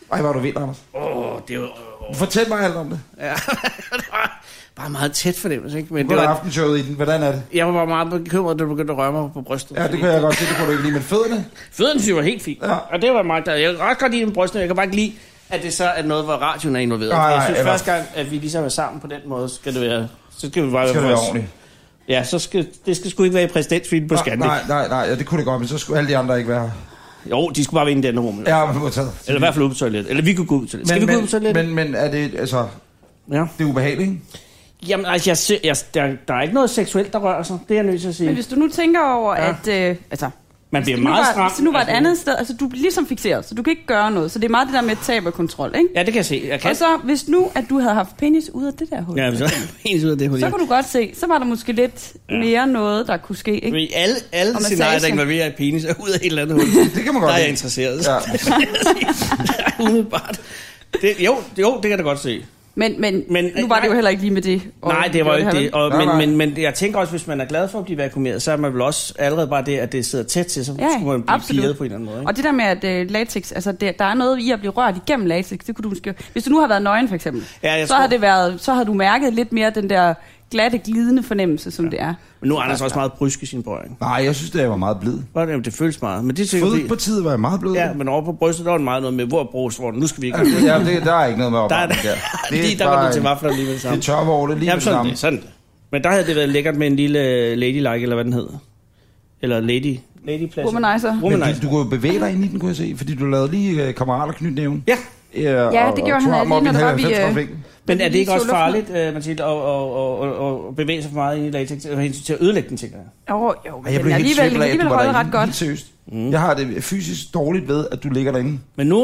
Ej, hvor du ved, Anders. Det er jo... Fortæl mig alt om det. Ja, det var bare meget tæt fornemmelse, ikke? Men det var aftenshowet i den. Hvordan er det? Jeg var bare meget bekymret, da du begyndte at røre mig på brystet. Ja, det kunne jeg godt se. Det kunne du ikke lide. Men fødderne? Fødderne synes jeg var helt fint. Ja. Og det var meget der. Jeg kan ret godt lide med brystet. Jeg kan bare ikke lide, at det så er noget, hvor radioen er involveret. Jeg synes første gang, at vi ligesom er sammen på den måde, skal det være... Så skal vi bare være ordentligt. Ja, det skal sgu ikke være i præsidentsfilm på Scandic. Nej, ja, det kunne det godt, men så skulle alle de andre ikke være... Jo, de skulle bare være inde i den rum. Ja, men eller i hvert fald ud på toilettet. Eller vi kunne gå ud på toilettet. Skal vi gå ud på toilettet? Men er det, altså... Ja. Det er ubehageligt, ikke? Jamen, altså, der er ikke noget seksuelt, der rører sig. Det er jeg nødt til at sige. Men hvis du nu tænker over, at... Man bliver meget stram. Hvis det nu var et andet sted, altså du er ligesom fikseret, så du kan ikke gøre noget. Så det er meget det der med tab og kontrol, ikke? Ja, det kan jeg se. Og så, hvis nu, at du havde haft penis ud af det der hul. Ja, penis ud af det hul. Så kunne du godt se, så var der måske lidt mere noget, der kunne ske, ikke? Men alle scenarier, der involverer et penis ud af et eller andet hul. Det kan man godt. Der er jeg interesseret. Ja. Umiddelbart. Jo, det kan jeg da godt se. Men nu var det jo heller ikke lige med det. Nej, det var ikke det. Men jeg tænker også, hvis man er glad for at blive vakuumeret, så er man vel også allerede bare det, at det sidder tæt til, så skulle man blive firet på en eller anden måde. Ikke? Og det der med, at latex, altså der er noget i at blive rørt igennem latex, det kunne du måske... Hvis du nu har været nøgen for eksempel, så havde du mærket lidt mere den der glatte, glidende fornemmelse, som det er. Men nu er Anders også meget brysk i sin berøring. Nej, jeg synes, det var meget blid. Det føles meget. Men det fodpartiet var meget blid. Ja, men over på brystet, der var meget noget med, hvor bruges, hvor nu skal vi ikke... Ja, der er ikke noget med opvarmning der. Der var du til vafler lige med det samme. Det tør hvor det lige med det samme. Men der havde det været lækkert med en lille ladylike, eller hvad den hedder. Eller ladyplads. Womanizer. Du kunne bevæge dig ind i den, kunne jeg se, fordi du lavede lige kammerater knytnæven. Ja. Ja, det gjorde han lige, når der var vi... Men er det ikke også farligt, Mathilde, at bevæge sig for meget i latex, til at ødelægge den, tænker jeg? Jo, men jeg blev alligevel holde ret godt. Seriøst. Jeg har det fysisk dårligt ved, at du ligger derinde. Men nu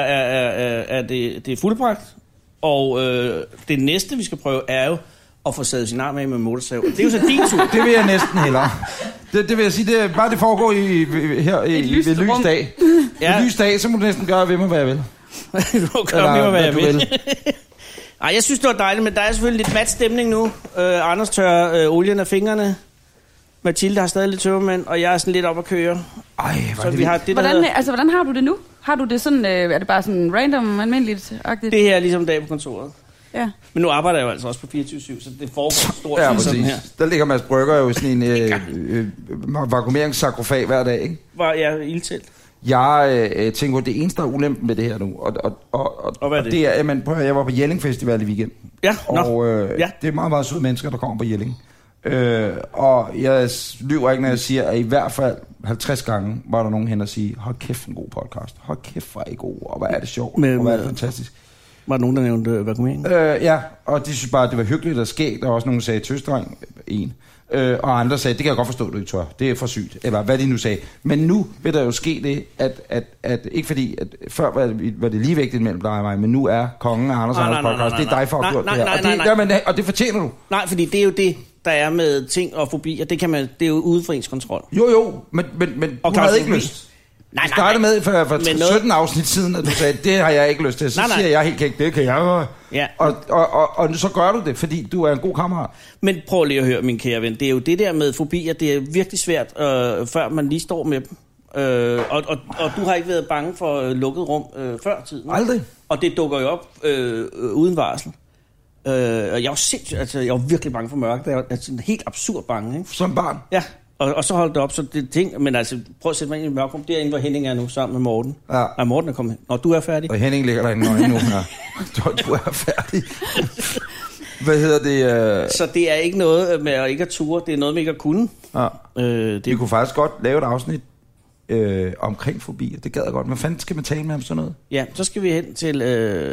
er det fuldbragt, og det næste, vi skal prøve, er jo at få sadet sin arm af med motorsav. Det er jo så din tur. Det vil jeg næsten hellere. Det vil jeg sige, det bare det foregår her i lys dag. Ja. I lys dag, så må du næsten gøre ved mig, hvad jeg vil. Du kan gøre med mig, hvad jeg vil. Ej, jeg synes, det var dejligt, men der er selvfølgelig lidt mat stemning nu. Anders tørrer olien af fingrene. Mathilde har stadig lidt tømmermænd, og jeg er sådan lidt op at køre. Ej, så vi har det, hvordan har du det nu? Har du det sådan, er det bare sådan random, almindeligt-agtigt? Det her er ligesom dag på kontoret. Ja. Men nu arbejder jeg jo altså også på 24/7, så det foregår stort set sådan her. Der ligger Mads Brygger jo sådan en vakuumeringssarkofag hver dag, ikke? Ja, ildtelt. Jeg tænker, at det eneste, der er ulempen med det her nu, og hvad er det? Det er, jeg var på Jelling Festival i weekenden. Ja, og det er meget, meget søde mennesker, der kommer på Jelling. Og jeg lyver ikke, når jeg siger, at i hvert fald 50 gange var der nogen hen og sige, hold kæft, en god podcast. Hold kæft, hvor er I god, og hvor er det sjovt, og hvor er det fantastisk. Var der nogen, der nævnte vakuumering? Ja, og de synes bare, det var hyggeligt og skægt, og også nogen, der sagde tøsdreng, og andre sagde, det kan jeg godt forstå, du ikke tør. Det er for sygt. Eller hvad de nu sagde. Men nu vil der jo ske det, at ikke fordi, at før var det lige vigtigt mellem dig og mig, men nu er kongen af Anders podcast. Det er dig for at gjort det her. Og det fortjener du. Nej, fordi det er jo det, der er med ting og fobier. Det er jo uden for ens kontrol. Jo, men du havde ikke lyst. Nej. Du startede med for 17 afsnit siden, at du sagde, det har jeg ikke lyst til. Så siger jeg helt kægt, det kan jeg. Ja. Og så gør du det, fordi du er en god kammerat. Men prøv lige at høre, min kære ven. Det er jo det der med fobier, det er virkelig svært, før man lige står med dem. Og du har ikke været bange for lukket rum før tiden. Aldrig. Og det dukker jo op uden varsel. Og jeg var sindssygt, altså jeg var virkelig bange for mørke. Jeg var sådan helt absurd bange, ikke? Som barn? Ja. Og så holdt det op, så det ting, men altså, prøv at sætte mig ind i et mørkrum. Det er inde, hvor Henning er nu, sammen med Morten. Ja. Nej, Morten er kommet hen. Når du er færdig. Og Henning ligger derinde nu. Ja. Du er færdig. Hvad hedder det? Så det er ikke noget med at ikke at ture, det er noget med ikke at kunne. Ja. Vi kunne faktisk godt lave et afsnit omkring fobier. Det gad jeg godt. Hvad fanden skal man tale med om sådan noget? Ja, så skal vi hen til...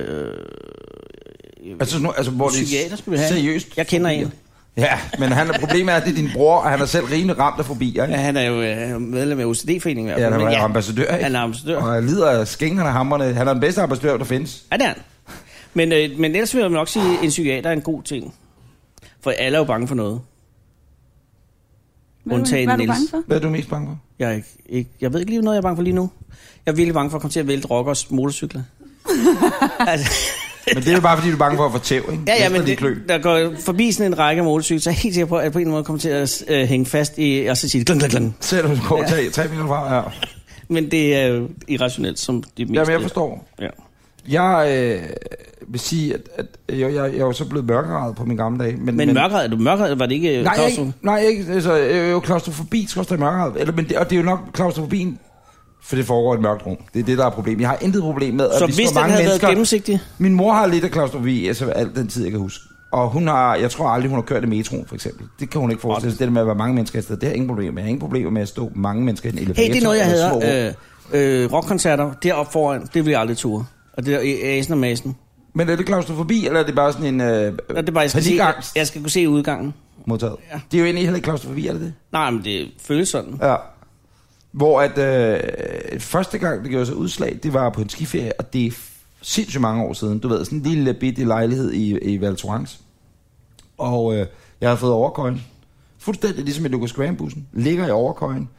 altså hvor psykiater skal vi have. Seriøst? Jeg kender en. Ja, men problemet er, at det er din bror, og han er selv rimelig ramt af fobier, ikke? Ja, han er jo medlem af OCD-foreningen. Ja, han er ambassadør, ikke? Han er ambassadør. Og han lider af skængerne og hammerne. Han er den bedste ambassadør, der findes. Ja, det er han. Men ellers vil jeg nok sige, at en psykiater er en god ting. For alle er jo bange for noget. Hvad er du bange for? Hvad er du mest bange for? Jeg ved ikke lige noget, jeg er bange for lige nu. Jeg er virkelig bange for at komme til at vælte rockers motorcykler. Altså... Men det er jo bare, fordi du er bange for at få tæv, ikke? Ja, men der går forbi sådan en række af motorcykler, så er jeg helt sikker på, at på en eller anden måde kommer til at hænge fast i, og så sige klang, klang. Ser du gå 3 minutter fra, ja. Men det er jo irrationelt, som de mest... Jamen, jeg forstår. Ja. Jeg vil sige, at jeg er jo så blevet mørkeret på mine gamle dage. Men mørkeret? Er du mørkeret? Var det ikke klaustrofobi? Nej, ikke. Altså, jeg er jo klaustrofobi, skal også mørkeret. Og det er jo nok klaustrofobien, for det foregår i et mørkt rum. Det er det, der er problemet. Jeg har intet problem med, at så hvis den havde været gennemsigtig? Min mor har lidt af klaustrofobi, altså alt den tid, jeg kan huske. Og jeg tror aldrig, hun har kørt i metroen, for eksempel. Det kan hun ikke forestille sig. Det med at være mange mennesker i stedet, det har ingen problem med. Jeg har ingen problemer med at stå mange mennesker i en elevator. Hey, det er noget, jeg havde. Rockkoncerter, deroppe foran, det vil jeg aldrig ture. Og det er Asen og Masen. Men er det klaustrofobi, eller er det bare sådan en det er bare, jeg skal kunne se udgangen. Modtaget. Ja. Det er jo egentlig heller ikke klaustrofobi, er det det? Nej, men det føles sådan. Ja. Hvor første gang, det gjorde sig udslag, det var på en skiferie, og det er sindssygt mange år siden. Du ved, sådan en lille bitte lejlighed i Val Thorens. Og jeg har fået overkøjen. Fuldstændig ligesom i Lucas Graham-bussen. Ligger i overkøjen.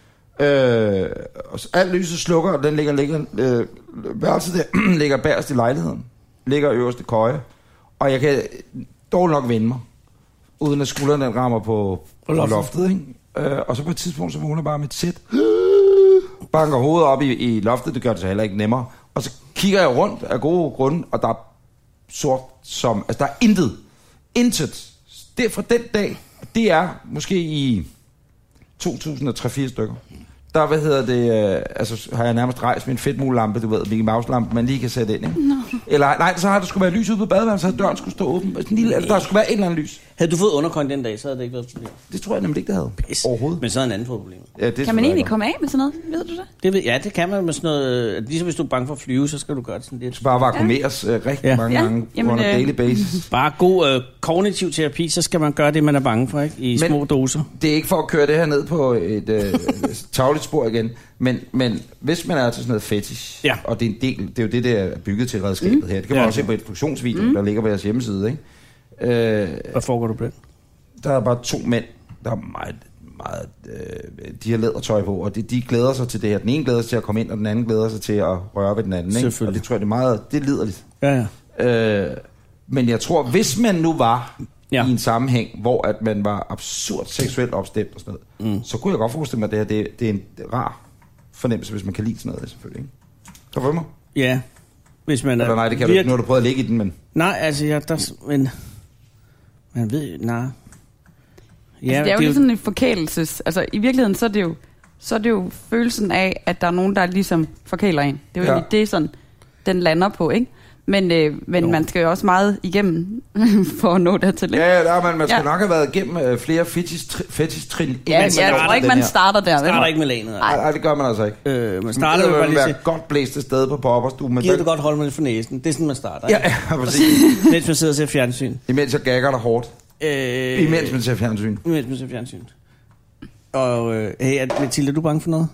Og alt lyset slukker, og den værelset der ligger bagerst i lejligheden. Ligger øverste køje. Og jeg kan dårligt nok vende mig, uden at skulderen den rammer på loftet, ikke? Og så på et tidspunkt, så vågner bare med et sæt. Banker hovedet op i loftet, det gør det så heller ikke nemmere. Og så kigger jeg rundt af gode grunde, og der er sort som... Altså, der er intet. Det er fra den dag, det er måske i 2003-4 stykker. Der, altså har jeg nærmest rejst med en fedtmulelampe, du ved, Mickey Mouse-lampe, man lige kan sætte ind, ikke? No. Eller nej, så har der skulle være lys ude på badeværelset, så havde døren skulle stå åben. Der skulle være et eller andet lys. Havde du fået underkøjen den dag, så havde det ikke været et problem. Det tror jeg nemlig ikke, det havde. Overhovedet. Men så er en anden problem. Ja, kan man egentlig komme af med sådan noget? Ved du det? Ja, det kan man med sådan noget. Ligesom hvis du er bange for at flyve, så skal du gøre det sådan lidt. Så bare vakuumeres rigtig mange gange på en daily basis. Bare god kognitiv terapi, så skal man gøre det, man er bange for, ikke? I små doser. Det er ikke for at køre det her ned på et tagligt spor igen. Men hvis man er til sådan noget fetish, og det er en del, det er jo det, der er bygget til redskabet her. Det kan man også se på et funktionsvideo, der ligger på jeres hjemmeside, ikke? Hvad foregår du på det? Der er bare 2 mænd, der er meget de har lædertøj på, og de glæder sig til det her. Den ene glæder sig til at komme ind, og den anden glæder sig til at røre ved den anden, ikke? Og det tror jeg, det er liderligt. Ja. Men jeg tror, hvis man nu var i en sammenhæng, hvor at man var absurd seksuelt opstemt og sådan noget, så kunne jeg godt forestille mig, at det er en rar fornemmelse, hvis man kan lide sådan noget, selvfølgelig, ikke? Kan du mig? Ja. Hvis man eller nej, det kan du ikke. Nu har du prøvet at ligge i den, men... Nej, altså, men... Man ved, nej. Ja, altså, det er jo lidt sådan en forkælelses... Altså, i virkeligheden, så er det jo følelsen af, at der er nogen, der ligesom forkæler en. Det er jo det, sådan, den lander på, ikke? Men man skal jo også meget igennem for at nå dertil. Ja, man skal nok have været igennem flere fetish-trin. Ja, jeg tror ikke, man starter der. Man starter ikke med lanet. Nej, det gør man altså ikke. Man starter jo bare lige til... godt blæst sted på popperstuen. Giver du godt holde mig lidt for næsen. Det er sådan, man starter. Ja, præcis. Mens man sidder og ser fjernsyn. Imens jeg gagger dig hårdt. Imens man ser fjernsyn. Imens man ser fjernsyn. Og hey, Mathilde, er du bange for noget?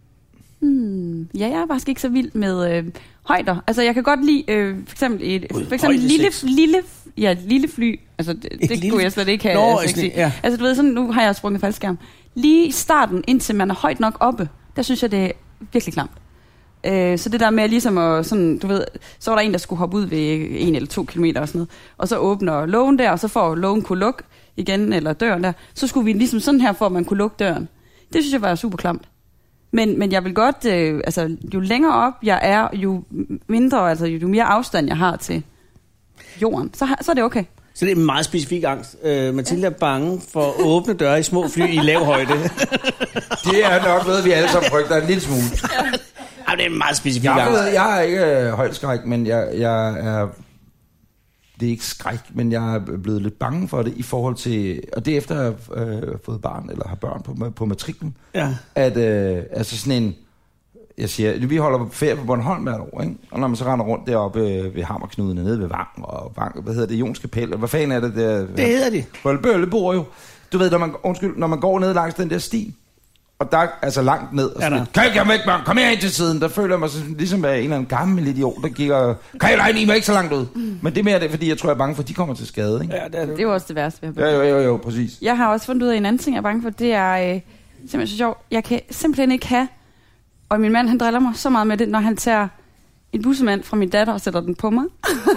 Ja, jeg er faktisk ikke så vild med højder. Altså, jeg kan godt lide for eksempel lille fly. Altså, det kunne jeg slet ikke have. Altså, du ved, sådan, nu har jeg sprunget faldskærm. Lige i starten, indtil man er højt nok oppe, der synes jeg, det er virkelig klamt. Så det der med ligesom at sådan, du ved, så var der en, der skulle hoppe ud ved 1 eller 2 kilometer og sådan noget, og så åbner lågen der, og så får lågen kunne lukke igen, eller døren der, så skulle vi ligesom sådan her, for at man kunne lukke døren. Det synes jeg var super klamt. Men jeg vil godt, altså jo længere op jeg er, jo mindre, altså jo mere afstand jeg har til jorden, så er det okay. Så det er en meget specifik angst. Mathilde er bange for at åbne døre i små fly i lav højde. Det er nok noget, vi alle sammen frygter en lille smule. Ja, det er en meget specifik angst. Jeg er ikke højdeskræk, men jeg er... Det er ikke skræk, men jeg er blevet lidt bange for det i forhold til... Og det efter at have fået barn, eller har børn på matriklen. Ja. At altså sådan en... Jeg siger, vi holder ferie på Bornholm hvert år, ikke? Og når man så render rundt deroppe ved Hammerknudene, nede ved Vang, hvad hedder det, Jonske Pæl, hvad fanden er det der? Det hedder de. Bølle bor jo. Du ved, når man går ned langs den der sti, og der altså langt ned, og sådan, kan jeg komme væk, børn? Kom her ind til siden. Der føler jeg mig sådan, ligesom en eller anden gammel idiot, der kigger, kan jeg regne, I var ikke så langt ud. Men det er mere det, fordi jeg tror, jeg er bange for, at de kommer til skade, ikke? Ja, det er jo også det værste ved at jo, præcis. Jeg har også fundet ud af en anden ting, jeg er bange for, det er simpelthen så sjovt. Jeg kan simpelthen ikke have, og min mand, han driller mig så meget med det, når han tager en bussemand fra min datter og sætter den på mig.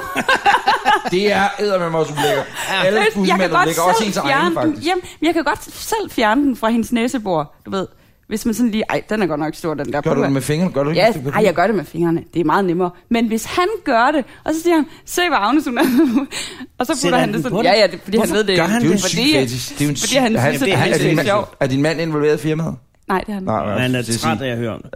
Det er eddermame også ulækkert. Alle bussemænd ligger også ens egen, faktisk. Jamen, jeg kan godt selv fjerne den fra hendes næsebor, du ved. Hvis man sådan lige, den er godt nok stor, den der. Gør du det med fingrene? Gør du ja, jeg gør det med fingrene. Det er meget nemmere. Men hvis han gør det, og så siger han, se hvor Agnes hun er. Og så putter han det sådan. Ja, det, fordi hvorfor han ved det. Gør han det er jo en fordi, syg fetis. Det er jo en fordi han synes, det er sjovt. Er din mand involveret i firmaet? Nej, det er han. Nej, han er træt af at høre om det.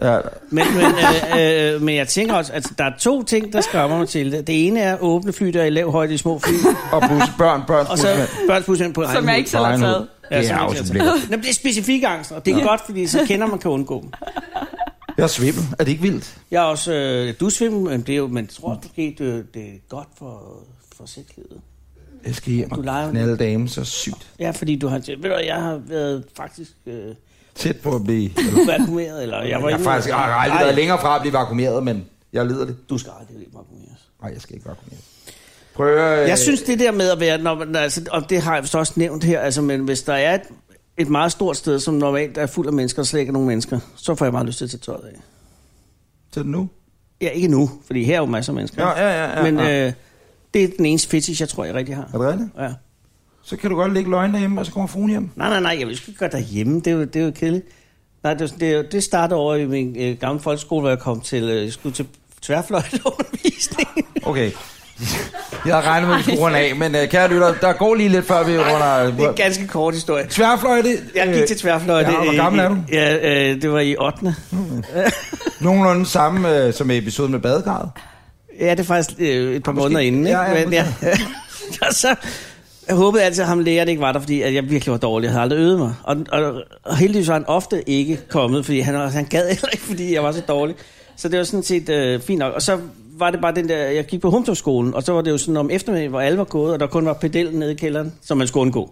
Ja. Men jeg tænker også, at der er 2 ting, der skræmmer mig til det. Det ene er åbne fly, der er i lav højde i små fly. Og børns og så børns busmænd på egen som jeg ikke selv har taget. Det er også det er specifik angst, og det er godt, fordi så kender man kan undgå dem. Jeg er svimmel. Er det ikke vildt? Jeg er også... du er svimmel, men det er jo... Men jeg tror måske, det er godt for sexlivet. Jeg skal hjem og knalde damen så sygt. Ja, fordi du har... Ved du, jeg har været faktisk... tæt på at blive... vakuumeret, eller... Jeg har faktisk aldrig været længere fra at blive vakuumeret, men jeg lider det. Du skal aldrig vakuumeres. Nej, jeg skal ikke vakuumeres. Jeg synes, det der med at være... altså, og det har jeg også nævnt her, altså, men hvis der er et meget stort sted, som normalt er fuld af mennesker, og slet ikke nogen mennesker, så får jeg meget lyst til at tage tøjet af. Så er det nu? Ja, ikke nu, fordi her er jo masser af mennesker. Ja. Men det er den eneste fetish, jeg tror, jeg rigtig har. Er det rigtigt? Ja. Så kan du godt lægge løgn derhjemme, og så kommer fruen hjem. Nej, jeg vil ikke gøre derhjemme. Det er jo kedeligt. Nej, det startede over i min gamle folkeskole, hvor jeg kom til, jeg skulle til tværfløjteundervisning. Okay. Jeg havde regnet med, at vi skulle runde af, men kære lytter, der går lige lidt før vi runder. Det er en ganske kort historie. Tværfløjte? Jeg gik til tværfløjte. Ja, hvor gammel er du? Ja, det var i 8. Nogenlunde samme som episoden med badekarret? Ja, det er faktisk et par måneder inden. Ja, men, og så... Jeg håbede altid, at ham læreren ikke var der, fordi at jeg virkelig var dårlig. Jeg havde aldrig øvet mig. Og heldigvis var han ofte ikke kommet, fordi han gad heller ikke, fordi jeg var så dårlig. Så det var sådan set fint nok. Og så var det bare den der, jeg gik på Humtorskolen, og så var det jo sådan om eftermiddag, hvor alle var gået, og der kun var pedellen nede i kælderen, som man skulle undgå.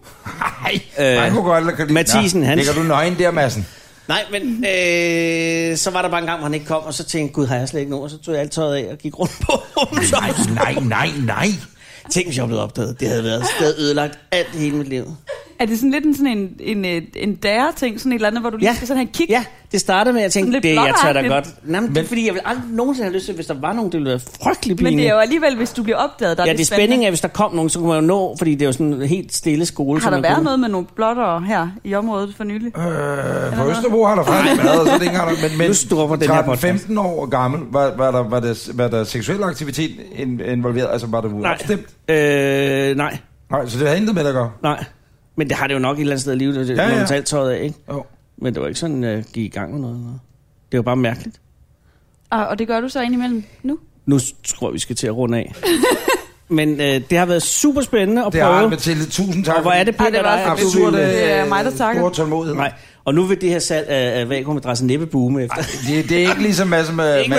Mathisen, han... Ligger du nøgen der, Madsen? Nej, men så var der bare en gang, hvor han ikke kom, og så tænkte gud, har jeg slet ikke nogen, og så tog jeg alt tøjet af og gik rundt på Humtorskolen. Nej. Tænk, hvis jeg blev opdaget. Det havde været stadig ødelagt alt i hele mit liv. Er det sådan lidt en dære-ting, sådan et eller andet, hvor du lige skal sådan have kig? Ja, det startede med, at jeg tænkte, det jeg tør da godt. Men fordi jeg vil aldrig nogensinde have lyst til, hvis der var nogen, det ville være frygtelig pinligt. Men det er jo alligevel, hvis du bliver opdaget, der er det spænding af, hvis der kom nogen, så kunne man jo nå, fordi det er jo sådan en helt stille skole. Har der været noget med nogle blottere her i området for nylig? På Østerbro har der faktisk været, så det ikke har der. Men nu stopper den her podcast. 15 år gammel, var der seksuel aktivitet involveret? Altså var det opstemt? Nej. Nej, så det har intet med at gøre? Nej. Men det har det jo nok et eller andet sted i livet, når man tager tøjet af, ikke? Jo. Men det var ikke sådan, at gik i gang med noget. Det var bare mærkeligt. Og det gør du så indimellem nu? Nu tror jeg, vi skal til at runde af. Men det har været super spændende at prøve. Det har Mathilde, tusind tak. Og hvor er det pænt, det var absurd. Det er mig, der takker. Stor tålmodighed. Nej. Og nu vil det her salg af vakuumadresse næppe boome efter. Det er ikke ligesom Mads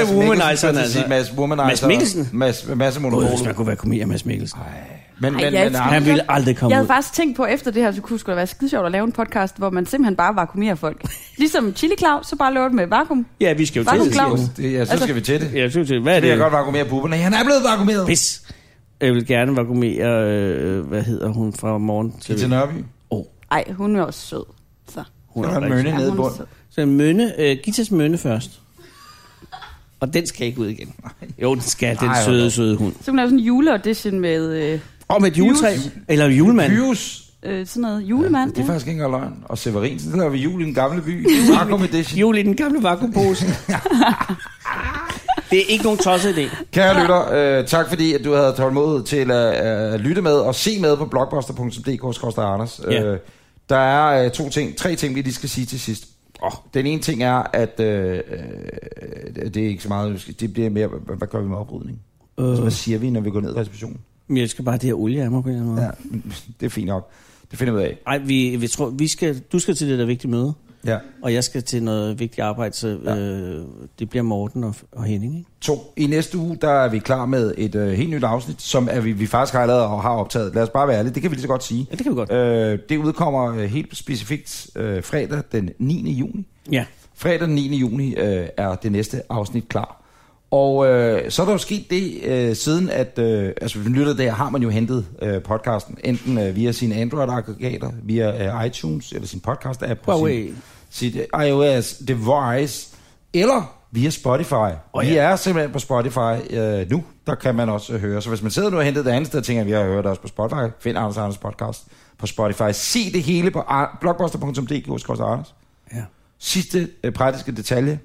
Mikkelsen. Mads Monopol. Hvis man kunne være komiker Mads Mikkelsen. Men han ville aldrig komme ud. Jeg havde faktisk tænkt på, efter det her, så kunne det være skide sjovt at lave en podcast, hvor man simpelthen bare vakuumerer folk. Ligesom Chili Claus, så bare laver det med vakuum. Ja, vi skal jo til det. Ja, så skal vi til det. Ja, så hvad er det? Jeg godt vakuumere pupperne. Han er blevet vakuumeret. Pis. Jeg vil gerne vakuumere, hvad hedder hun fra morgen til... Gita Nørby. Ej, hun er også sød. Så. Hun er en mønne nede i bunden. Så en mønne, Gitas mønne først. Og den skal ikke ud igen. Jo, den skal, den søde hund. Så hun laver sådan en juleaudition med... med et juletræ. Eller julemand. Pyus. Sådan noget julemand. Det er faktisk ikke engang løgn. Og Severin, så laver vi jul i den gamle by. Vakuum edition. Jul i den gamle vakuumpose. Det er ikke nogen tosset idé. Kære lytter, tak fordi at du havde tålmodighed til at lytte med og se med på blogbuster.dk/Anders. Ja. Der er tre ting, vi lige skal sige til sidst. Den ene ting er, at det er ikke så meget, det bliver mere, hvad gør vi med oprydning? Så hvad siger vi, når vi går ned i receptionen? Jeg skal bare det her olie af mig på en eller anden måde. Ja, det er fint nok. Det finder vi ud af. Ej, vi tror, du skal til det der vigtige møde. Ja. Og jeg skal til noget vigtigt arbejde, så det bliver Morten og Henning, ikke? 2. I næste uge, der er vi klar med et helt nyt afsnit, som vi faktisk har lavet og har optaget. Lad os bare være ærlige, det kan vi lige så godt sige. Ja, det kan vi godt. Det udkommer helt specifikt fredag den 9. juni. Ja. Fredag den 9. juni er det næste afsnit klar. Og så er der jo sket det siden, at altså hvis man lytter der, har man jo hentet podcasten, enten via sine Android-aggregater, via iTunes eller sin podcast-app på sit iOS device, eller via Spotify. Vi er simpelthen på Spotify nu, der kan man også høre. Så hvis man sidder nu og hentet det andet sted, tænker vi har hørt også på Spotify, find Anders podcast på Spotify. Se det hele på blogbuster.dk/Anders. Ja. Sidste praktiske detalje.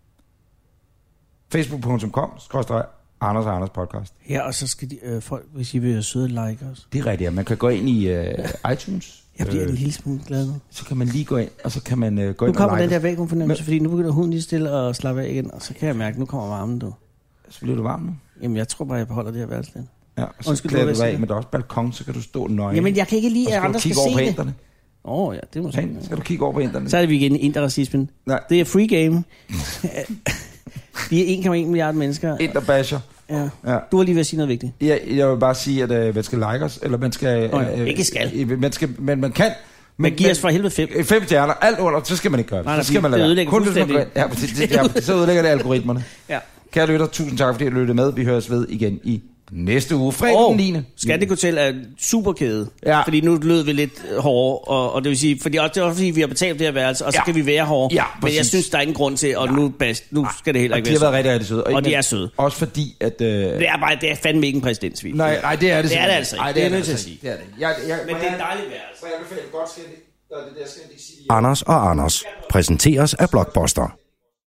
Facebook.com/Anders og Anders podcast. Ja, og så skal de, folk, hvis I vil have søde like os. Det er rigtigt, ja. Man kan gå ind i iTunes. Jeg bliver en lille smule glad nu. Så kan man lige gå ind, og så kan man gå ind og like. Nu kommer den der vakuumfornemmelse, fordi nu begynder hunden lige stille og slappe af igen, og så kan jeg mærke, at nu kommer varmen, du. Så bliver du varm nu? Jamen, jeg tror bare, jeg beholder det her værelse. Ja, og så klæder du af, men der er også balkon, så kan du stå nøje. Jamen, jeg kan ikke lide, at andre skal se det. Ja, det må så skal du kigge over på interne. Så er det vi igen i interracismen. Nej. Det er free game. Vi er 1,1 milliard mennesker. Interbasher. Ja. Du har lige ved at sige noget vigtigt. Ja, jeg vil bare sige, at man skal like os, eller man skal... ikke skal. Man kan... Men giver os for helvede 5 stjerner, alt under, så skal man ikke gøre det. Nej, så skal man lade være. Kun hvis man så ødelægger det algoritmerne. Ja. Kære lytter, tusind tak, fordi I lyttede med. Vi høres ved igen i næste uge, fredag den 9. Scandic Hotel er superkæde, fordi nu lød vi lidt hårdere, og det vil sige, fordi det er også fordi, vi har betalt det her værelse, og så kan vi være hårde. Ja, men jeg synes, der er ingen grund til, og nu skal det heller ikke være de har været rigtig, rigtig søde. Og de er søde. Også fordi, at... Det er fandme ikke en præsidentsvil. Nej, det er det. Det er det altså ikke. Det er nødt til at sige. Men det er en dejlig værelse. Så jeg vil godt Scandic. Anders og Anders præsenteres af Blockbuster.